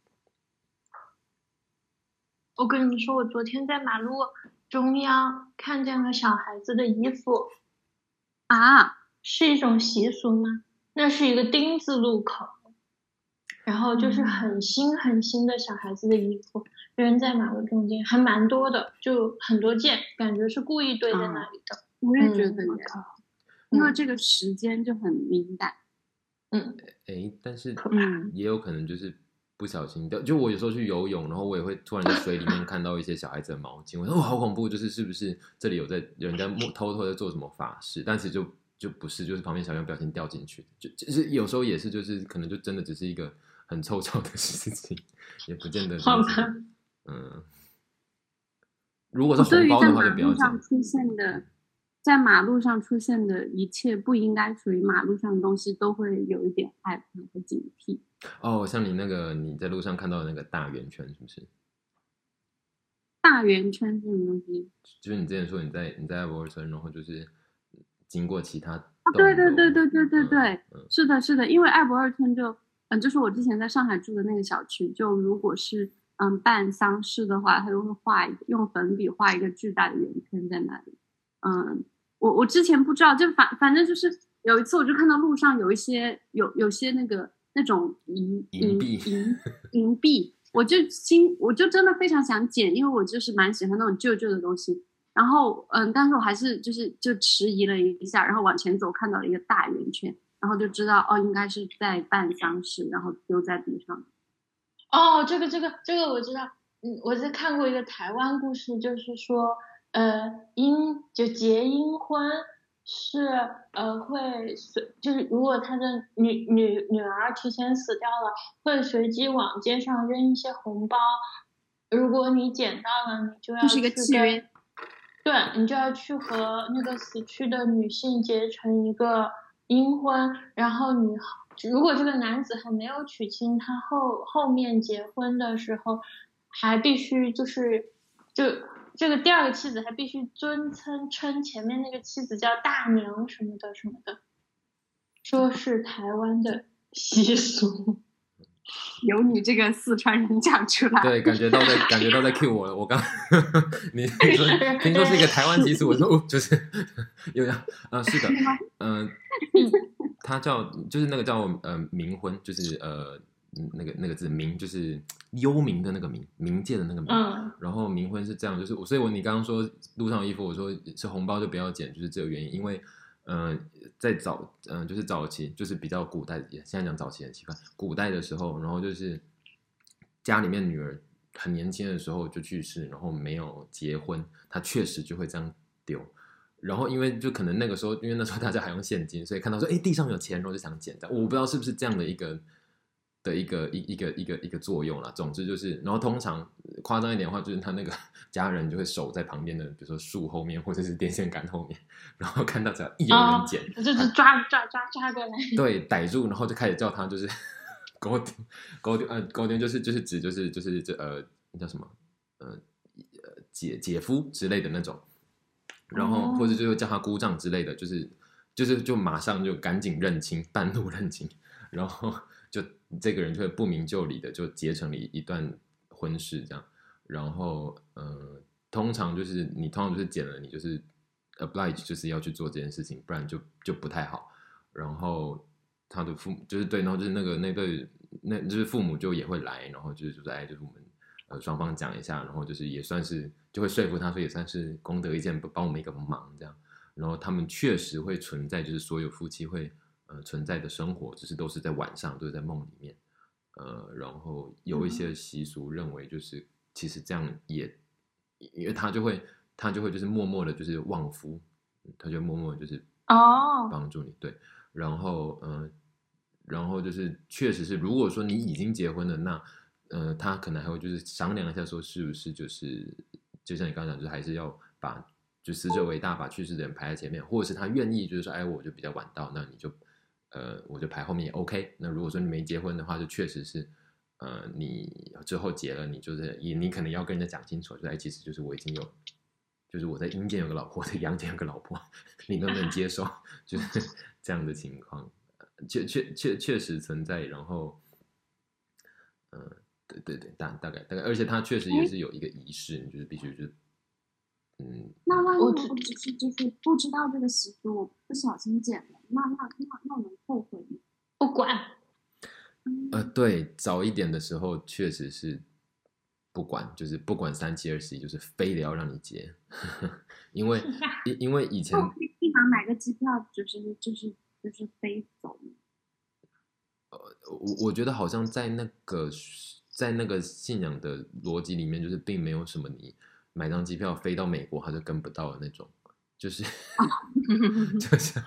我跟你说，我昨天在马路中央看见了小孩子的衣服啊， 是一种习俗吗？那是一个丁字路口，然后就是很新很新的小孩子的衣服扔在马路中间，还蛮多的，就很多件，感觉是故意堆在那里的。 嗯、我也觉得嗯、 因为这个时间就很敏感。 嗯， 哎，但是嗯也有可能就是不小心掉。就我有时候去游泳，然后我也会突然在水里面看到一些小孩子的毛巾，我说哦好恐怖，就是是不是这里有在有人在偷偷在做什么法事？但其实就就不是，就是旁边小朋友不小心掉进去，就就是有时候也是就是可能就真的只是一个很凑巧的事情，也不见得是。 好吧。 嗯，如果是红包的话就不要讲。 出现的。在马路上出现的一切不应该属于马路上的东西，都会有一点害怕和警惕。 哦，像你那个你在路上看到的那个大圆圈，是不是？ 大圆圈是什么东西？ 就是你之前说你在你在艾伯尔村，然后就是经过其他。 啊，对对对对对对对， 嗯嗯、 是的，是的，因为艾伯尔村就嗯，就是我之前在上海住的那个小区，就如果是嗯办丧事的话，他就会画一个用粉笔画一个巨大的圆圈在那里。嗯，我我之前不知道，就反反正就是有一次我就看到路上有一些有有些那个那种银银币银银币，我就心我就真的非常想捡，因为我就是蛮喜欢那种旧旧的东西。然后嗯，但是我还是就是就迟疑了一下，然后往前走，看到了一个大圆圈，然后就知道哦，应该是在办丧事，然后丢在地上。 哦，这个这个这个我知道，嗯，我在看过一个台湾故事，就是说。呃，阴就结阴婚是呃会随就是如果他的女女女儿提前死掉了，会随机往街上扔一些红包，如果你捡到了，你就要去跟， 对，你就要去和那个死去的女性结成一个阴婚，然后你如果这个男子还没有娶亲，他后后面结婚的时候还必须就是就。这个第二个妻子还必须尊称称前面那个妻子叫大娘什么的什么的，说是台湾的习俗。 由你这个四川人讲出来， 对，感觉到在感觉到在 cue 我了。我刚你说听说是一个台湾习俗，我说哦，就是有点啊，是的，嗯、呃，他叫就是那个叫呃冥婚，就是呃。那个那个字冥就是幽冥的那个冥，冥界的那个冥。 嗯。 然后冥婚是这样，就是所以我你刚刚说路上有衣服，我说是红包就不要捡，就是这个原因。因为呃，在早嗯、呃、就是早期，就是比较古代，现在讲早期很奇怪，古代的时候，然后就是家里面女儿很年轻的时候就去世，然后没有结婚，她确实就会这样丢。然后因为就可能那个时候，因为那时候大家还用现金，所以看到说哎地上有钱，然后就想捡的。我不知道是不是这样的一个。的一个一一个一个一个作用啦，总之就是，然后通常夸张一点的话，就是他那个家人就会守在旁边的，比如说树后面或者是电线杆后面，然后看到只要一有人捡， 哦、就是抓抓抓抓过来， 对，逮住，然后就开始叫他就是狗丢狗丢呃狗丢就是就是指就是就是这呃叫什么呃姐姐夫之类的那种，然后或者就叫他姑丈之类的，就是就是就马上就赶紧认亲，半路认亲，然后。就这个人就会不明就里的就结成了一段婚事这样，然后呃，通常就是你通常就是捡了，你就是 oblige 就是要去做这件事情，不然就就不太好。然后他的父母就是对，然后就是那个那对那就是父母就也会来，然后就是就在就是我们呃双方讲一下，然后就是也算是就会说服他说也算是功德一件，帮我们一个忙这样。然后他们确实会存在，就是所有夫妻会。呃，存在的生活只是都是在晚上，都是在梦里面，呃，然后有一些习俗认为就是其实这样也，因为他就会他就会就是默默的，就是旺夫，他就默默的就是哦帮助你、oh. 对，然后嗯、呃，然后就是确实是，如果说你已经结婚了，那呃，他可能还会就是商量一下，说是不是就是就像你刚刚讲，就是还是要把就死者为大，把去世的人排在前面，或者是他愿意就是说，哎，我就比较晚到，那你就。呃，我就排后面也 OK。那如果说你没结婚的话，就确实是，呃，你之后结了，你就是也你可能要跟人家讲清楚，就哎，其实就是我已经有，就是我在阴间有个老婆，在阳间有个老婆，你能不能接受？就是这样的情况。 确确确确实存在，然后，嗯、呃，对对对，大大概大概，而且它确实也是有一个仪式，你就是必须就是，嗯， 那万一我我只是就是不知道这个习俗，我不小心剪了，那那那那能后悔吗？ 不管。 呃，对，早一点的时候确实是不管，就是不管三七二十一，就是非得要让你结，因为因因为以前我可以立马买个机票，就是就是就是飞走。 我我觉得好像在那个在那个信仰的逻辑里面，就是并没有什么你买张机票飞到美国他就跟不到的那种，就是就是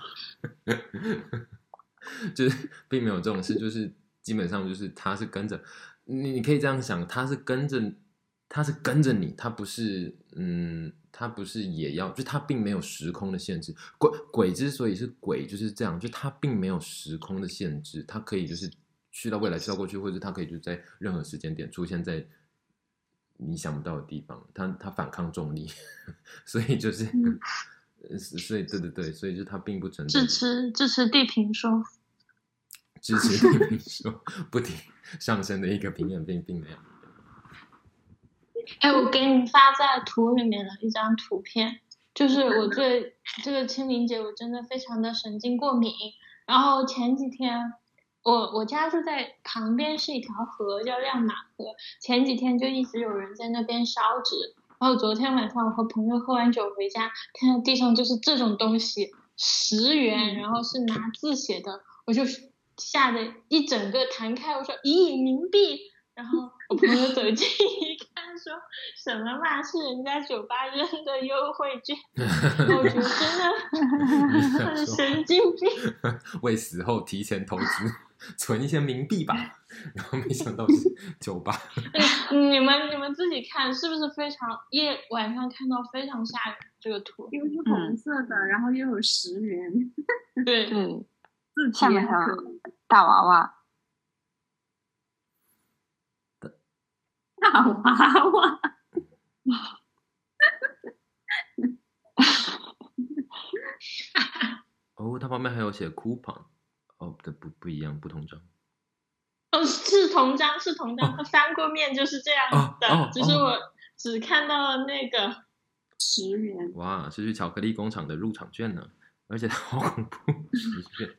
就是并没有这种事，就是基本上就是他是跟着你，你可以这样想，他是跟着他是跟着你，他不是嗯。他不是也要，就他并没有时空的限制。鬼鬼之所以是鬼，就是这样，就他并没有时空的限制，他可以就是去到未来，去到过去，或者他可以就在任何时间点出现在你想不到的地方。他他反抗重力，所以就是，嗯、所以对对对，所以就他并不存在支持支持地平说， 支持地平说不停上升的一个平衡并并没有。 哎，我给你发在图里面的一张图片，就是我对这个清明节我真的非常的神经过敏。然后前几天我我家住在旁边是一条河叫亮马河，前几天就一直有人在那边烧纸。然后昨天晚上我和朋友喝完酒回家，看到地上就是这种东西，十元，然后是拿字写的，我就吓得一整个弹开，我说咦，冥币。然后我朋友走近一看说什么嘛，是人家酒吧扔的优惠券。我觉得真的很神经病。 为死后提前投资存一些冥币吧，然后没想到是酒吧。 你们你们自己看是不是非常夜晚上看到非常吓人这个图？ 因为是红色的，嗯、然后又有十元。 对对， 字下面还有大娃娃。 大娃娃， 哦，它旁边还有写 coupon， 哦，不不不一样，不同张。 哦，是同张，是同张，它、哦、翻过面就是这样子的， 哦哦、 只是我只看到了那个十元。 哇，是去巧克力工厂的入场券呢，而且它好恐怖，十元。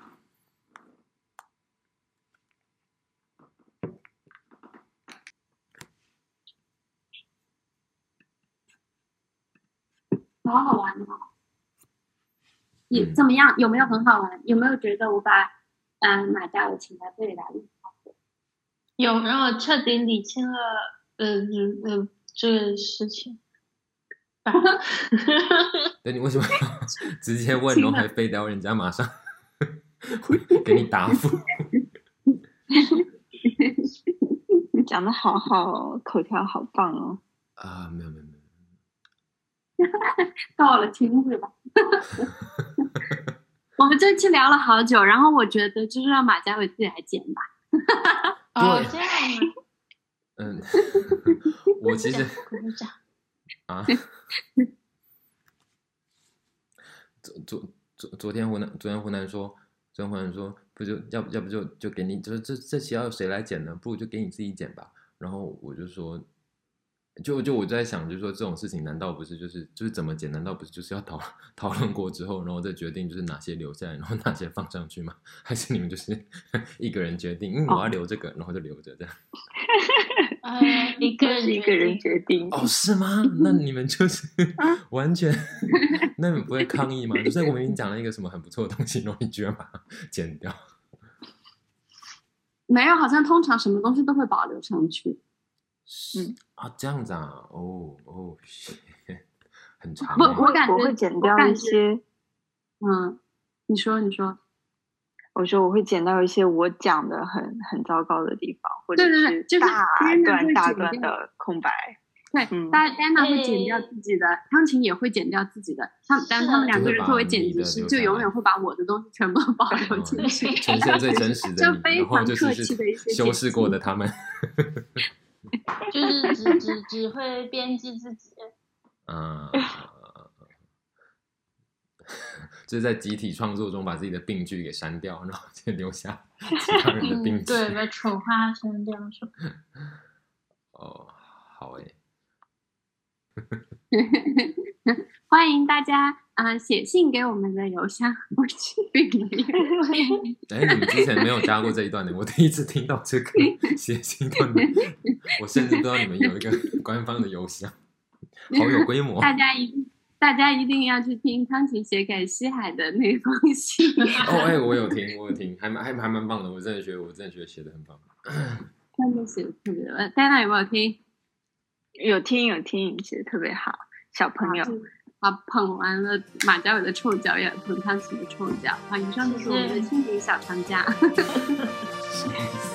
好好玩哦！也怎么样？有没有很好玩？有没有觉得我把嗯马家伟请来这里来录？ 有，然后彻底理清了呃呃这个事情。 对，你为什么要直接问，然后还非得要人家马上给你答复？ 你讲的好好，口条好棒哦！ 啊，没有没有没有。 到了听是吧？我们这期聊了好久，然后我觉得就是让马家伟自己来剪吧。 哦，这样啊。 嗯，我其实啊，昨昨昨昨天湖南昨天湖南说，昨天湖南说不就要要不就就给你，就是这这期要谁来剪呢？不如就给你自己剪吧。然后我就说。就就我在想，就是说这种事情难道不是就是就是怎么剪？难道不是就是要讨讨论过之后，然后再决定就是哪些留下来，然后哪些放上去吗？还是你们就是一个人决定？嗯，我要留这个，然后就留着这样。 呃，一个人一个人决定。 哦，是吗？那你们就是完全，那你们不会抗议吗？就是我明明讲了一个什么很不错的东西，然后你居然把它剪掉？ 没有，好像通常什么东西都会保留上去。 嗯啊，这样子啊，哦哦，很长。 我我感觉我会剪掉一些， 嗯，你说你说， 我说我会剪掉一些我讲的很很糟糕的地方，或者是大段大段的空白。 对，大家安娜会剪掉自己的，汤琴也会剪掉自己的，他们但他们两个人作为剪辑师，就永远会把我的东西全部保留进去， 呈现最真实的你，然后就是修饰过的他们。 就是只只只会编辑自己。 嗯， 就是在集体创作中把自己的病句给删掉，然后就留下其他人的病句。 嗯、对，把丑话删掉是吧？ 哦，好诶。 欢迎大家啊、呃、写信给我们的邮箱，我去病了。 哎，你们之前没有加过这一段的，我第一次听到这个写信段的，我甚至不知道你们有一个官方的邮箱，好有规模。 大家一大家一定要去听康琪写给西海的那封信。 哦，哎，我有听，我有听，还蛮还还蛮棒的，我真的觉得我真的觉得写的很棒。 真的写的特别的，戴娜有没有听？ 有听有听，写的特别好，小朋友。 好，捧完了马家伟的臭脚，也捧康琪的臭脚。好，以上就是我们的心灵小长假。